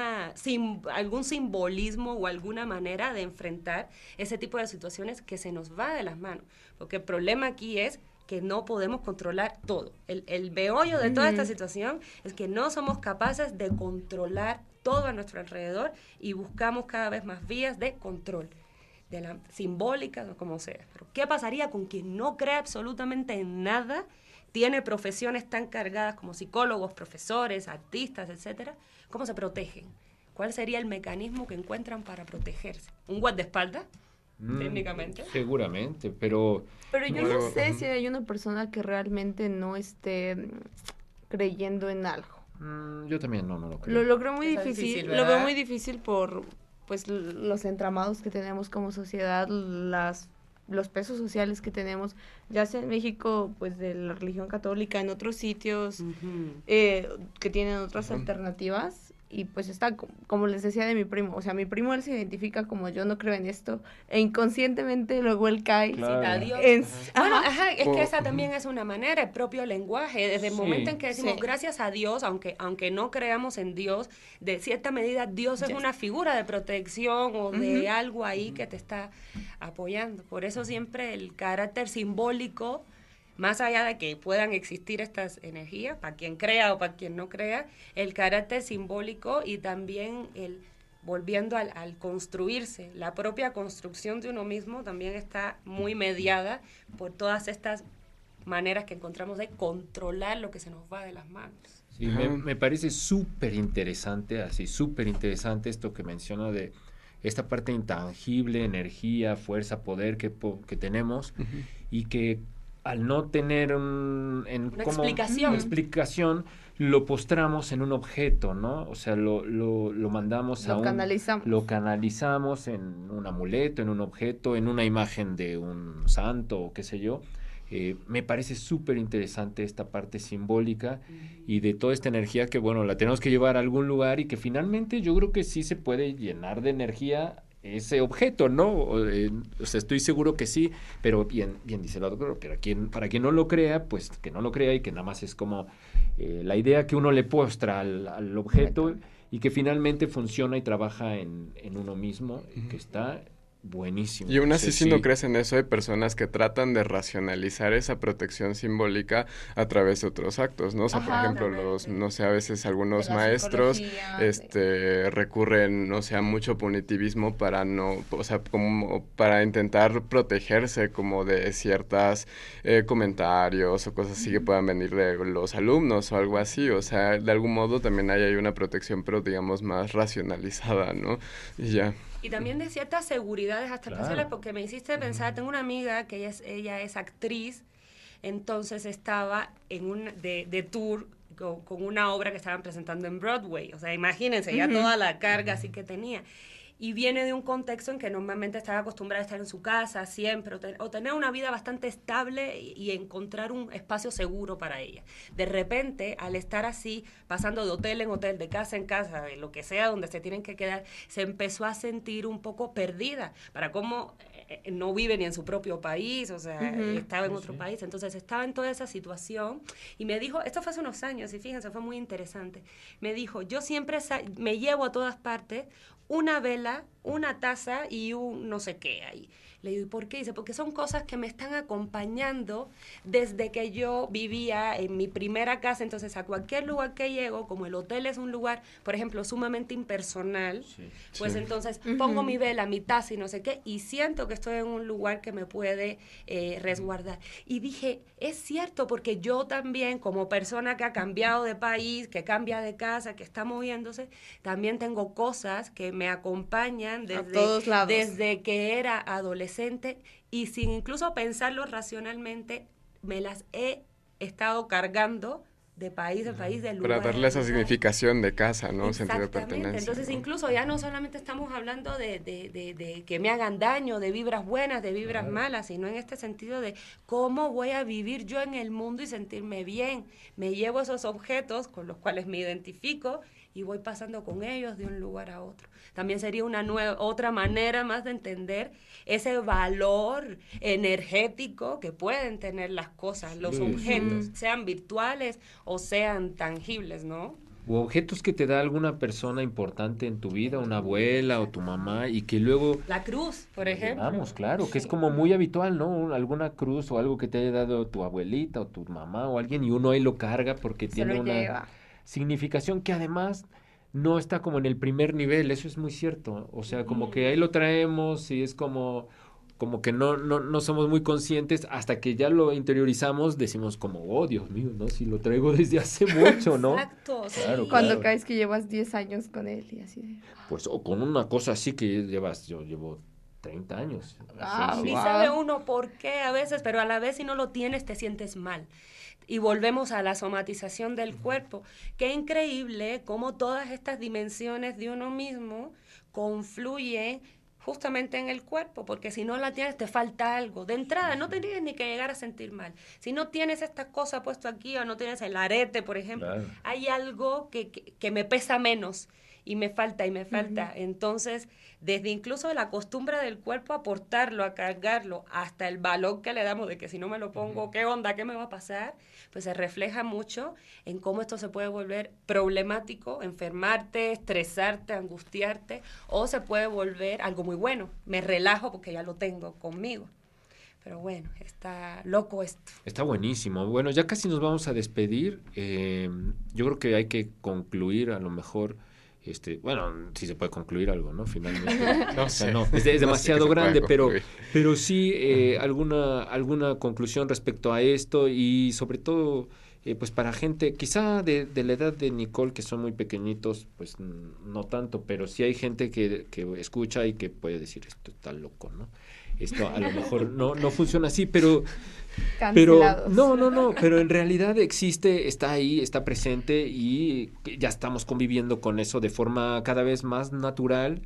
simbolismo o alguna manera de enfrentar ese tipo de situaciones que se nos va de las manos. Porque el problema aquí es que no podemos controlar todo. El meollo de toda esta situación es que no somos capaces de controlar todo a nuestro alrededor y buscamos cada vez más vías de control, de la simbólica o como sea. Pero ¿qué pasaría con quien no cree absolutamente en nada? Tiene profesiones tan cargadas como psicólogos, profesores, artistas, etcétera. ¿Cómo se protegen? ¿Cuál sería el mecanismo que encuentran para protegerse? ¿Un guardaespaldas? Técnicamente. Seguramente, pero yo no sé si hay una persona que realmente no esté creyendo en algo. Yo también no lo creo. Lo creo muy Eso es difícil, difícil, lo ¿verdad? veo muy difícil por pues los entramados que tenemos como sociedad, los pesos sociales que tenemos, ya sea en México, pues de la religión católica, en otros sitios que tienen otras alternativas, y pues está, como les decía de mi primo, o sea, mi primo él se identifica como yo no creo en esto, e inconscientemente luego él cae Claro. a Dios. Bueno, Es que esa también es una manera, el propio lenguaje, desde el momento en que decimos Sí. gracias a Dios, aunque no creamos en Dios, de cierta medida Dios es una figura de protección o de algo ahí que te está apoyando. Por eso siempre el carácter simbólico, más allá de que puedan existir estas energías, para quien crea o para quien no crea, el carácter simbólico y también volviendo al construirse, la propia construcción de uno mismo también está muy mediada por todas estas maneras que encontramos de controlar lo que se nos va de las manos. Sí, me parece súper interesante esto que menciona de esta parte intangible, energía, fuerza, poder que tenemos y que al no tener una explicación, lo postramos en un objeto, ¿no? O sea, lo mandamos lo canalizamos en un amuleto, en un objeto, en una imagen de un santo o qué sé yo. Me parece súper interesante esta parte simbólica y de toda esta energía que, bueno, la tenemos que llevar a algún lugar y que finalmente yo creo que sí se puede llenar de energía ese objeto, ¿no? O sea, estoy seguro que sí, pero bien dice la doctora, para quien no lo crea, pues que no lo crea y que nada más es como la idea que uno le postra al objeto y que finalmente funciona y trabaja en uno mismo, que está buenísimo. Y aún así, si no crees en eso, hay personas que tratan de racionalizar esa protección simbólica a través de otros actos, ¿no? O sea, por ejemplo, no sé, a veces algunos maestros recurren, o sea, mucho punitivismo para como para intentar protegerse como de ciertas comentarios o cosas así que puedan venir de los alumnos o algo así. O sea, de algún modo también hay una protección, pero digamos más racionalizada, ¿no? Y ya. Y también de ciertas seguridades hasta especiales, porque me hiciste pensar, tengo una amiga que ella es actriz, entonces estaba de tour con una obra que estaban presentando en Broadway. O sea, imagínense, ya toda la carga así que tenía. Y viene de un contexto en que normalmente estaba acostumbrada a estar en su casa siempre, o tener una vida bastante estable y encontrar un espacio seguro para ella. De repente, al estar así, pasando de hotel en hotel, de casa en casa, de lo que sea donde se tienen que quedar, se empezó a sentir un poco perdida, para cómo no vive ni en su propio país, o sea, estaba en otro país. Entonces estaba en toda esa situación y me dijo, esto fue hace unos años y fíjense, fue muy interesante, me dijo, yo siempre me llevo a todas partes una vela, una taza y un no sé qué ahí. Le digo, ¿y por qué? Dice, porque son cosas que me están acompañando desde que yo vivía en mi primera casa. Entonces, a cualquier lugar que llego, como el hotel es un lugar, por ejemplo, sumamente impersonal, pues entonces pongo mi vela, mi taza y no sé qué, y siento que estoy en un lugar que me puede resguardar. Y dije, es cierto, porque yo también, como persona que ha cambiado de país, que cambia de casa, que está moviéndose, también tengo cosas que me acompañan desde que era adolescente, y sin incluso pensarlo racionalmente, me las he estado cargando de país en país, de lugar. Para darle esa significación de casa, ¿no? Sentido de pertenencia. Entonces, ¿no? Incluso ya no solamente estamos hablando de que me hagan daño, de vibras buenas, de vibras malas, sino en este sentido de cómo voy a vivir yo en el mundo y sentirme bien. Me llevo esos objetos con los cuales me identifico y voy pasando con ellos de un lugar a otro. También sería otra manera más de entender ese valor energético que pueden tener las cosas, los objetos, sean virtuales o sean tangibles, ¿no? O objetos que te da alguna persona importante en tu vida, una abuela o tu mamá, y que luego... La cruz, por ejemplo. Vamos, claro, que es como muy habitual, ¿no? Alguna cruz o algo que te haya dado tu abuelita o tu mamá o alguien, y uno ahí lo carga porque tiene una significación que además no está como en el primer nivel. Eso es muy cierto. O sea, como que ahí lo traemos y es como que no somos muy conscientes hasta que ya lo interiorizamos, decimos como, oh, Dios mío, ¿no? Si lo traigo desde hace mucho, ¿no? Exacto, sí. Claro, Cuando caes que llevas 10 años con él y así de... Pues, o con una cosa así que yo llevo 30 años. Ni sabe uno por qué a veces, pero a la vez si no lo tienes te sientes mal. Y volvemos a la somatización del cuerpo. Qué increíble cómo todas estas dimensiones de uno mismo confluyen justamente en el cuerpo, porque si no la tienes te falta algo. De entrada no te tienes ni que llegar a sentir mal. Si no tienes esta cosa puesto aquí o no tienes el arete, por ejemplo, hay algo que me pesa menos y me falta. Entonces, desde incluso la costumbre del cuerpo a portarlo, a cargarlo, hasta el valor que le damos de que si no me lo pongo, ¿qué onda? ¿Qué me va a pasar? Pues se refleja mucho en cómo esto se puede volver problemático, enfermarte, estresarte, angustiarte, o se puede volver algo muy bueno. Me relajo porque ya lo tengo conmigo. Pero bueno, está loco esto. Está buenísimo. Bueno, ya casi nos vamos a despedir. Yo creo que hay que concluir a lo mejor... bueno, si se puede concluir algo, ¿no? Finalmente. No sé. Es demasiado grande, pero sí Ajá. alguna conclusión respecto a esto y sobre todo, pues para gente quizá de la edad de Nicole, que son muy pequeñitos, pues no tanto, pero sí hay gente que escucha y que puede decir, esto está loco, ¿no? Esto a lo mejor no funciona así, pero no, pero en realidad existe, está ahí, está presente y ya estamos conviviendo con eso de forma cada vez más natural,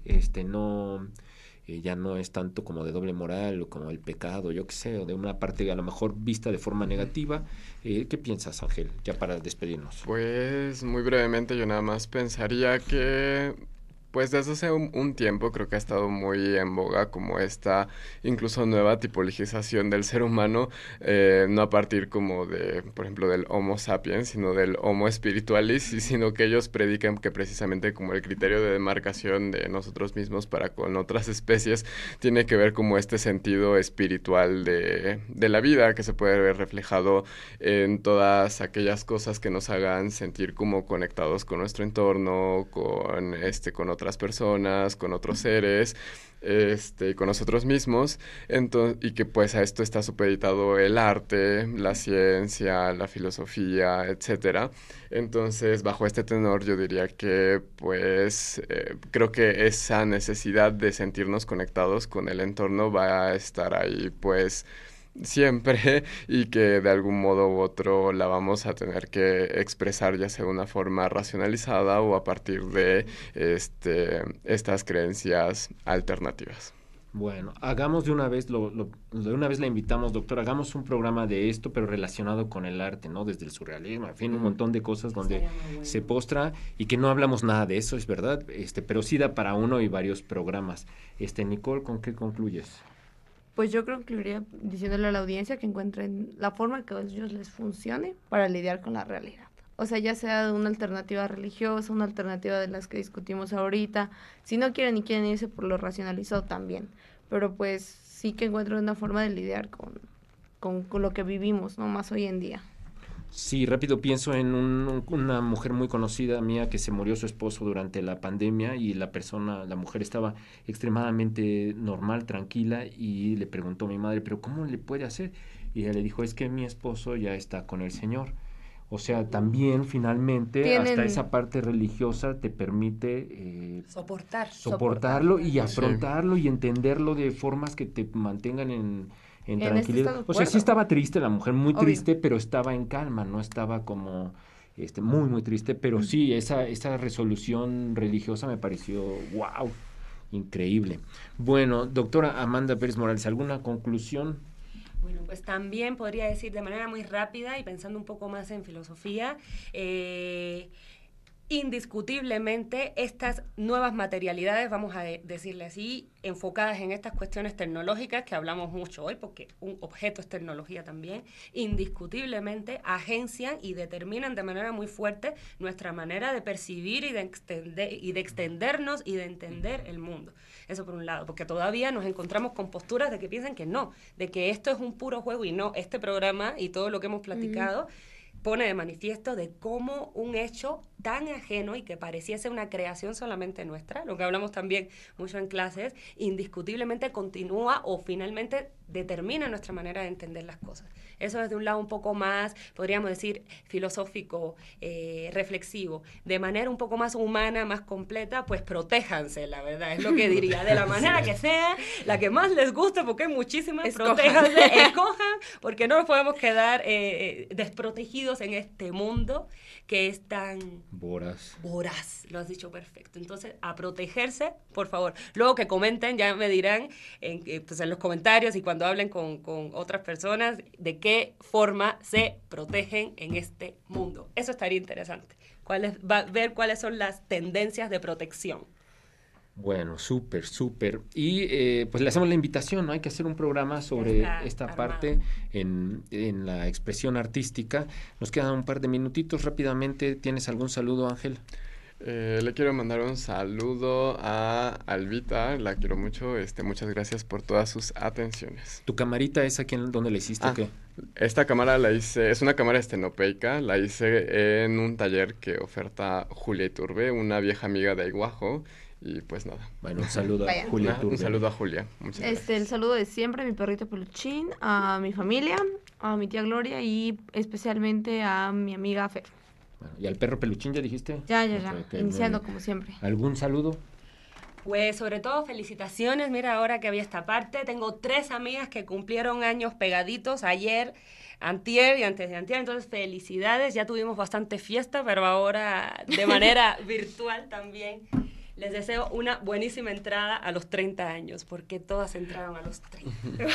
ya no es tanto como de doble moral o como el pecado, yo qué sé, o de una parte a lo mejor vista de forma negativa. ¿Qué piensas, Ángel, ya para despedirnos? Pues muy brevemente yo nada más pensaría que pues desde hace un tiempo creo que ha estado muy en boga como esta incluso nueva tipologización del ser humano, no a partir como de, por ejemplo, del Homo sapiens, sino del Homo spiritualis, sino que ellos predican que precisamente como el criterio de demarcación de nosotros mismos para con otras especies tiene que ver como este sentido espiritual de la vida, que se puede ver reflejado en todas aquellas cosas que nos hagan sentir como conectados con nuestro entorno, con otras personas, con otros seres, y con nosotros mismos, y que pues a esto está supeditado el arte, la ciencia, la filosofía, etcétera. Entonces, bajo este tenor yo diría que pues creo que esa necesidad de sentirnos conectados con el entorno va a estar ahí pues siempre y que de algún modo u otro la vamos a tener que expresar ya sea de una forma racionalizada o a partir de estas creencias alternativas. Bueno, hagamos de una vez, de una vez la invitamos, doctor, hagamos un programa de esto, pero relacionado con el arte, ¿no? Desde el surrealismo, en fin, un montón de cosas donde se postra y que no hablamos nada de eso, es verdad, pero sí da para uno y varios programas. Nicole, ¿con qué concluyes? Pues yo concluiría diciéndole a la audiencia que encuentren la forma que a ellos les funcione para lidiar con la realidad. O sea, ya sea de una alternativa religiosa, una alternativa de las que discutimos ahorita. Si no quieren y quieren irse por lo racionalizado también. Pero pues sí que encuentren una forma de lidiar con lo que vivimos, ¿no? Más hoy en día. Sí, rápido pienso en una mujer muy conocida mía que se murió su esposo durante la pandemia y la mujer estaba extremadamente normal, tranquila y le preguntó a mi madre, ¿pero cómo le puede hacer? Y ella le dijo, es que mi esposo ya está con el Señor. O sea, también finalmente hasta esa parte religiosa te permite soportarlo y afrontarlo y entenderlo de formas que te mantengan en tranquilidad. O sea, sí estaba triste la mujer, muy triste, pero estaba en calma, no estaba como muy, muy triste, pero sí, esa resolución religiosa me pareció, wow, increíble. Bueno, doctora Amanda Pérez Morales, ¿alguna conclusión? Bueno, pues también podría decir de manera muy rápida y pensando un poco más en filosofía, indiscutiblemente estas nuevas materialidades, vamos a decirle así, enfocadas en estas cuestiones tecnológicas que hablamos mucho hoy, porque un objeto es tecnología también, indiscutiblemente agencian y determinan de manera muy fuerte nuestra manera de percibir y de extendernos y de entender el mundo. Eso por un lado, porque todavía nos encontramos con posturas de que piensan que no, de que esto es un puro juego y no, este programa y todo lo que hemos platicado pone de manifiesto de cómo un hecho tan ajeno y que pareciese una creación solamente nuestra, lo que hablamos también mucho en clases, indiscutiblemente continúa o finalmente determina nuestra manera de entender las cosas. Eso es de un lado un poco más, podríamos decir, filosófico, reflexivo. De manera un poco más humana, más completa, pues protéjanse, la verdad, es lo que diría. De la manera que sea, la que más les guste, porque hay muchísimas, protéjanse, escojan, porque no nos podemos quedar desprotegidos en este mundo que es tan voraz, lo has dicho perfecto. Entonces, a protegerse, por favor. Luego que comenten, ya me dirán pues en los comentarios y cuando hablen con otras personas de qué forma se protegen en este mundo. Eso estaría interesante. Ver cuáles son las tendencias de protección. Bueno, súper. Y pues le hacemos la invitación, ¿no? Hay que hacer un programa sobre esta parte en la expresión artística. Nos quedan un par de minutitos rápidamente. ¿Tienes algún saludo, Ángel? Le quiero mandar un saludo a Albita, la quiero mucho, muchas gracias por todas sus atenciones. ¿Tu camarita es aquí dónde la hiciste o qué? Esta cámara la hice, es una cámara estenopeica, la hice en un taller que oferta Julia Iturbe, una vieja amiga de Aiguajo. Y pues nada. Bueno, un saludo a Julia Iturbe. Un saludo a Julia. Muchas gracias. El saludo de siempre a mi perrito Peluchín, a mi familia, a mi tía Gloria y especialmente a mi amiga Fer. Bueno, ¿y al perro Peluchín ya dijiste? Ya. Okay, iniciando como siempre. ¿Algún saludo? Pues sobre todo felicitaciones. Mira, ahora que había esta parte, tengo 3 amigas que cumplieron años pegaditos ayer, antier y antes de antier, entonces felicidades. Ya tuvimos bastante fiesta, pero ahora de manera virtual también. Les deseo una buenísima entrada a los 30 años, porque todas entraron a los 30.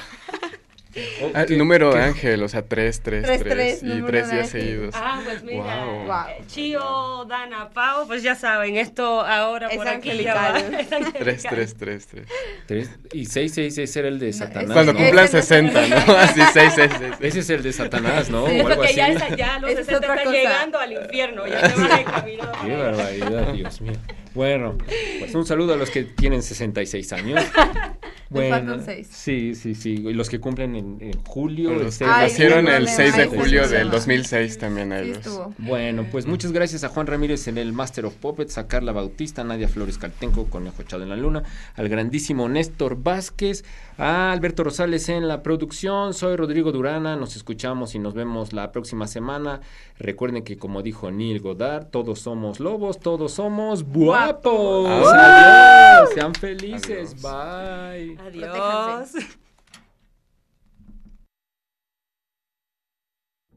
El número de Ángel, o sea, 3 y 3 días seguidos. Pues mira, wow. Chío, Dana, Pau, pues ya saben, esto ahora es por aquí ya va. 3. 3 y 6 era el de Satanás. Cuando cumplan 60, ¿no? Así, 6. Ese es el de Satanás, ¿no? Sí, o algo porque así. Ya los 60 están llegando al infierno, ya se van de camino. Qué barbaridad, Dios mío. Bueno, pues un saludo a los que tienen 66 años. Bueno, sí. Y los que cumplen en julio. Nacieron el 6 de julio del 2006 también a ellos. Bueno, pues muchas gracias a Juan Ramírez en el Master of Puppets, a Carla Bautista, a Nadia Flores Caltenco, Conejo Echado en la Luna, al grandísimo Néstor Vázquez, a Alberto Rosales en la producción. Soy Rodrigo Durana, nos escuchamos y nos vemos la próxima semana. Recuerden que, como dijo Neil Goddard, todos somos lobos, todos somos guapos. Adiós, sean felices. Adiós. Bye. Adiós.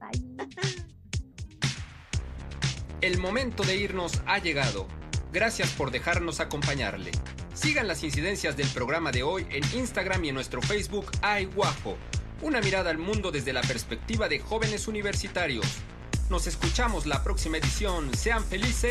El momento de irnos ha llegado. Gracias por dejarnos acompañarle. Sigan las incidencias del programa de hoy en Instagram y en nuestro Facebook Ay Guajo. Una mirada al mundo desde la perspectiva de jóvenes universitarios. Nos escuchamos la próxima edición. Sean felices.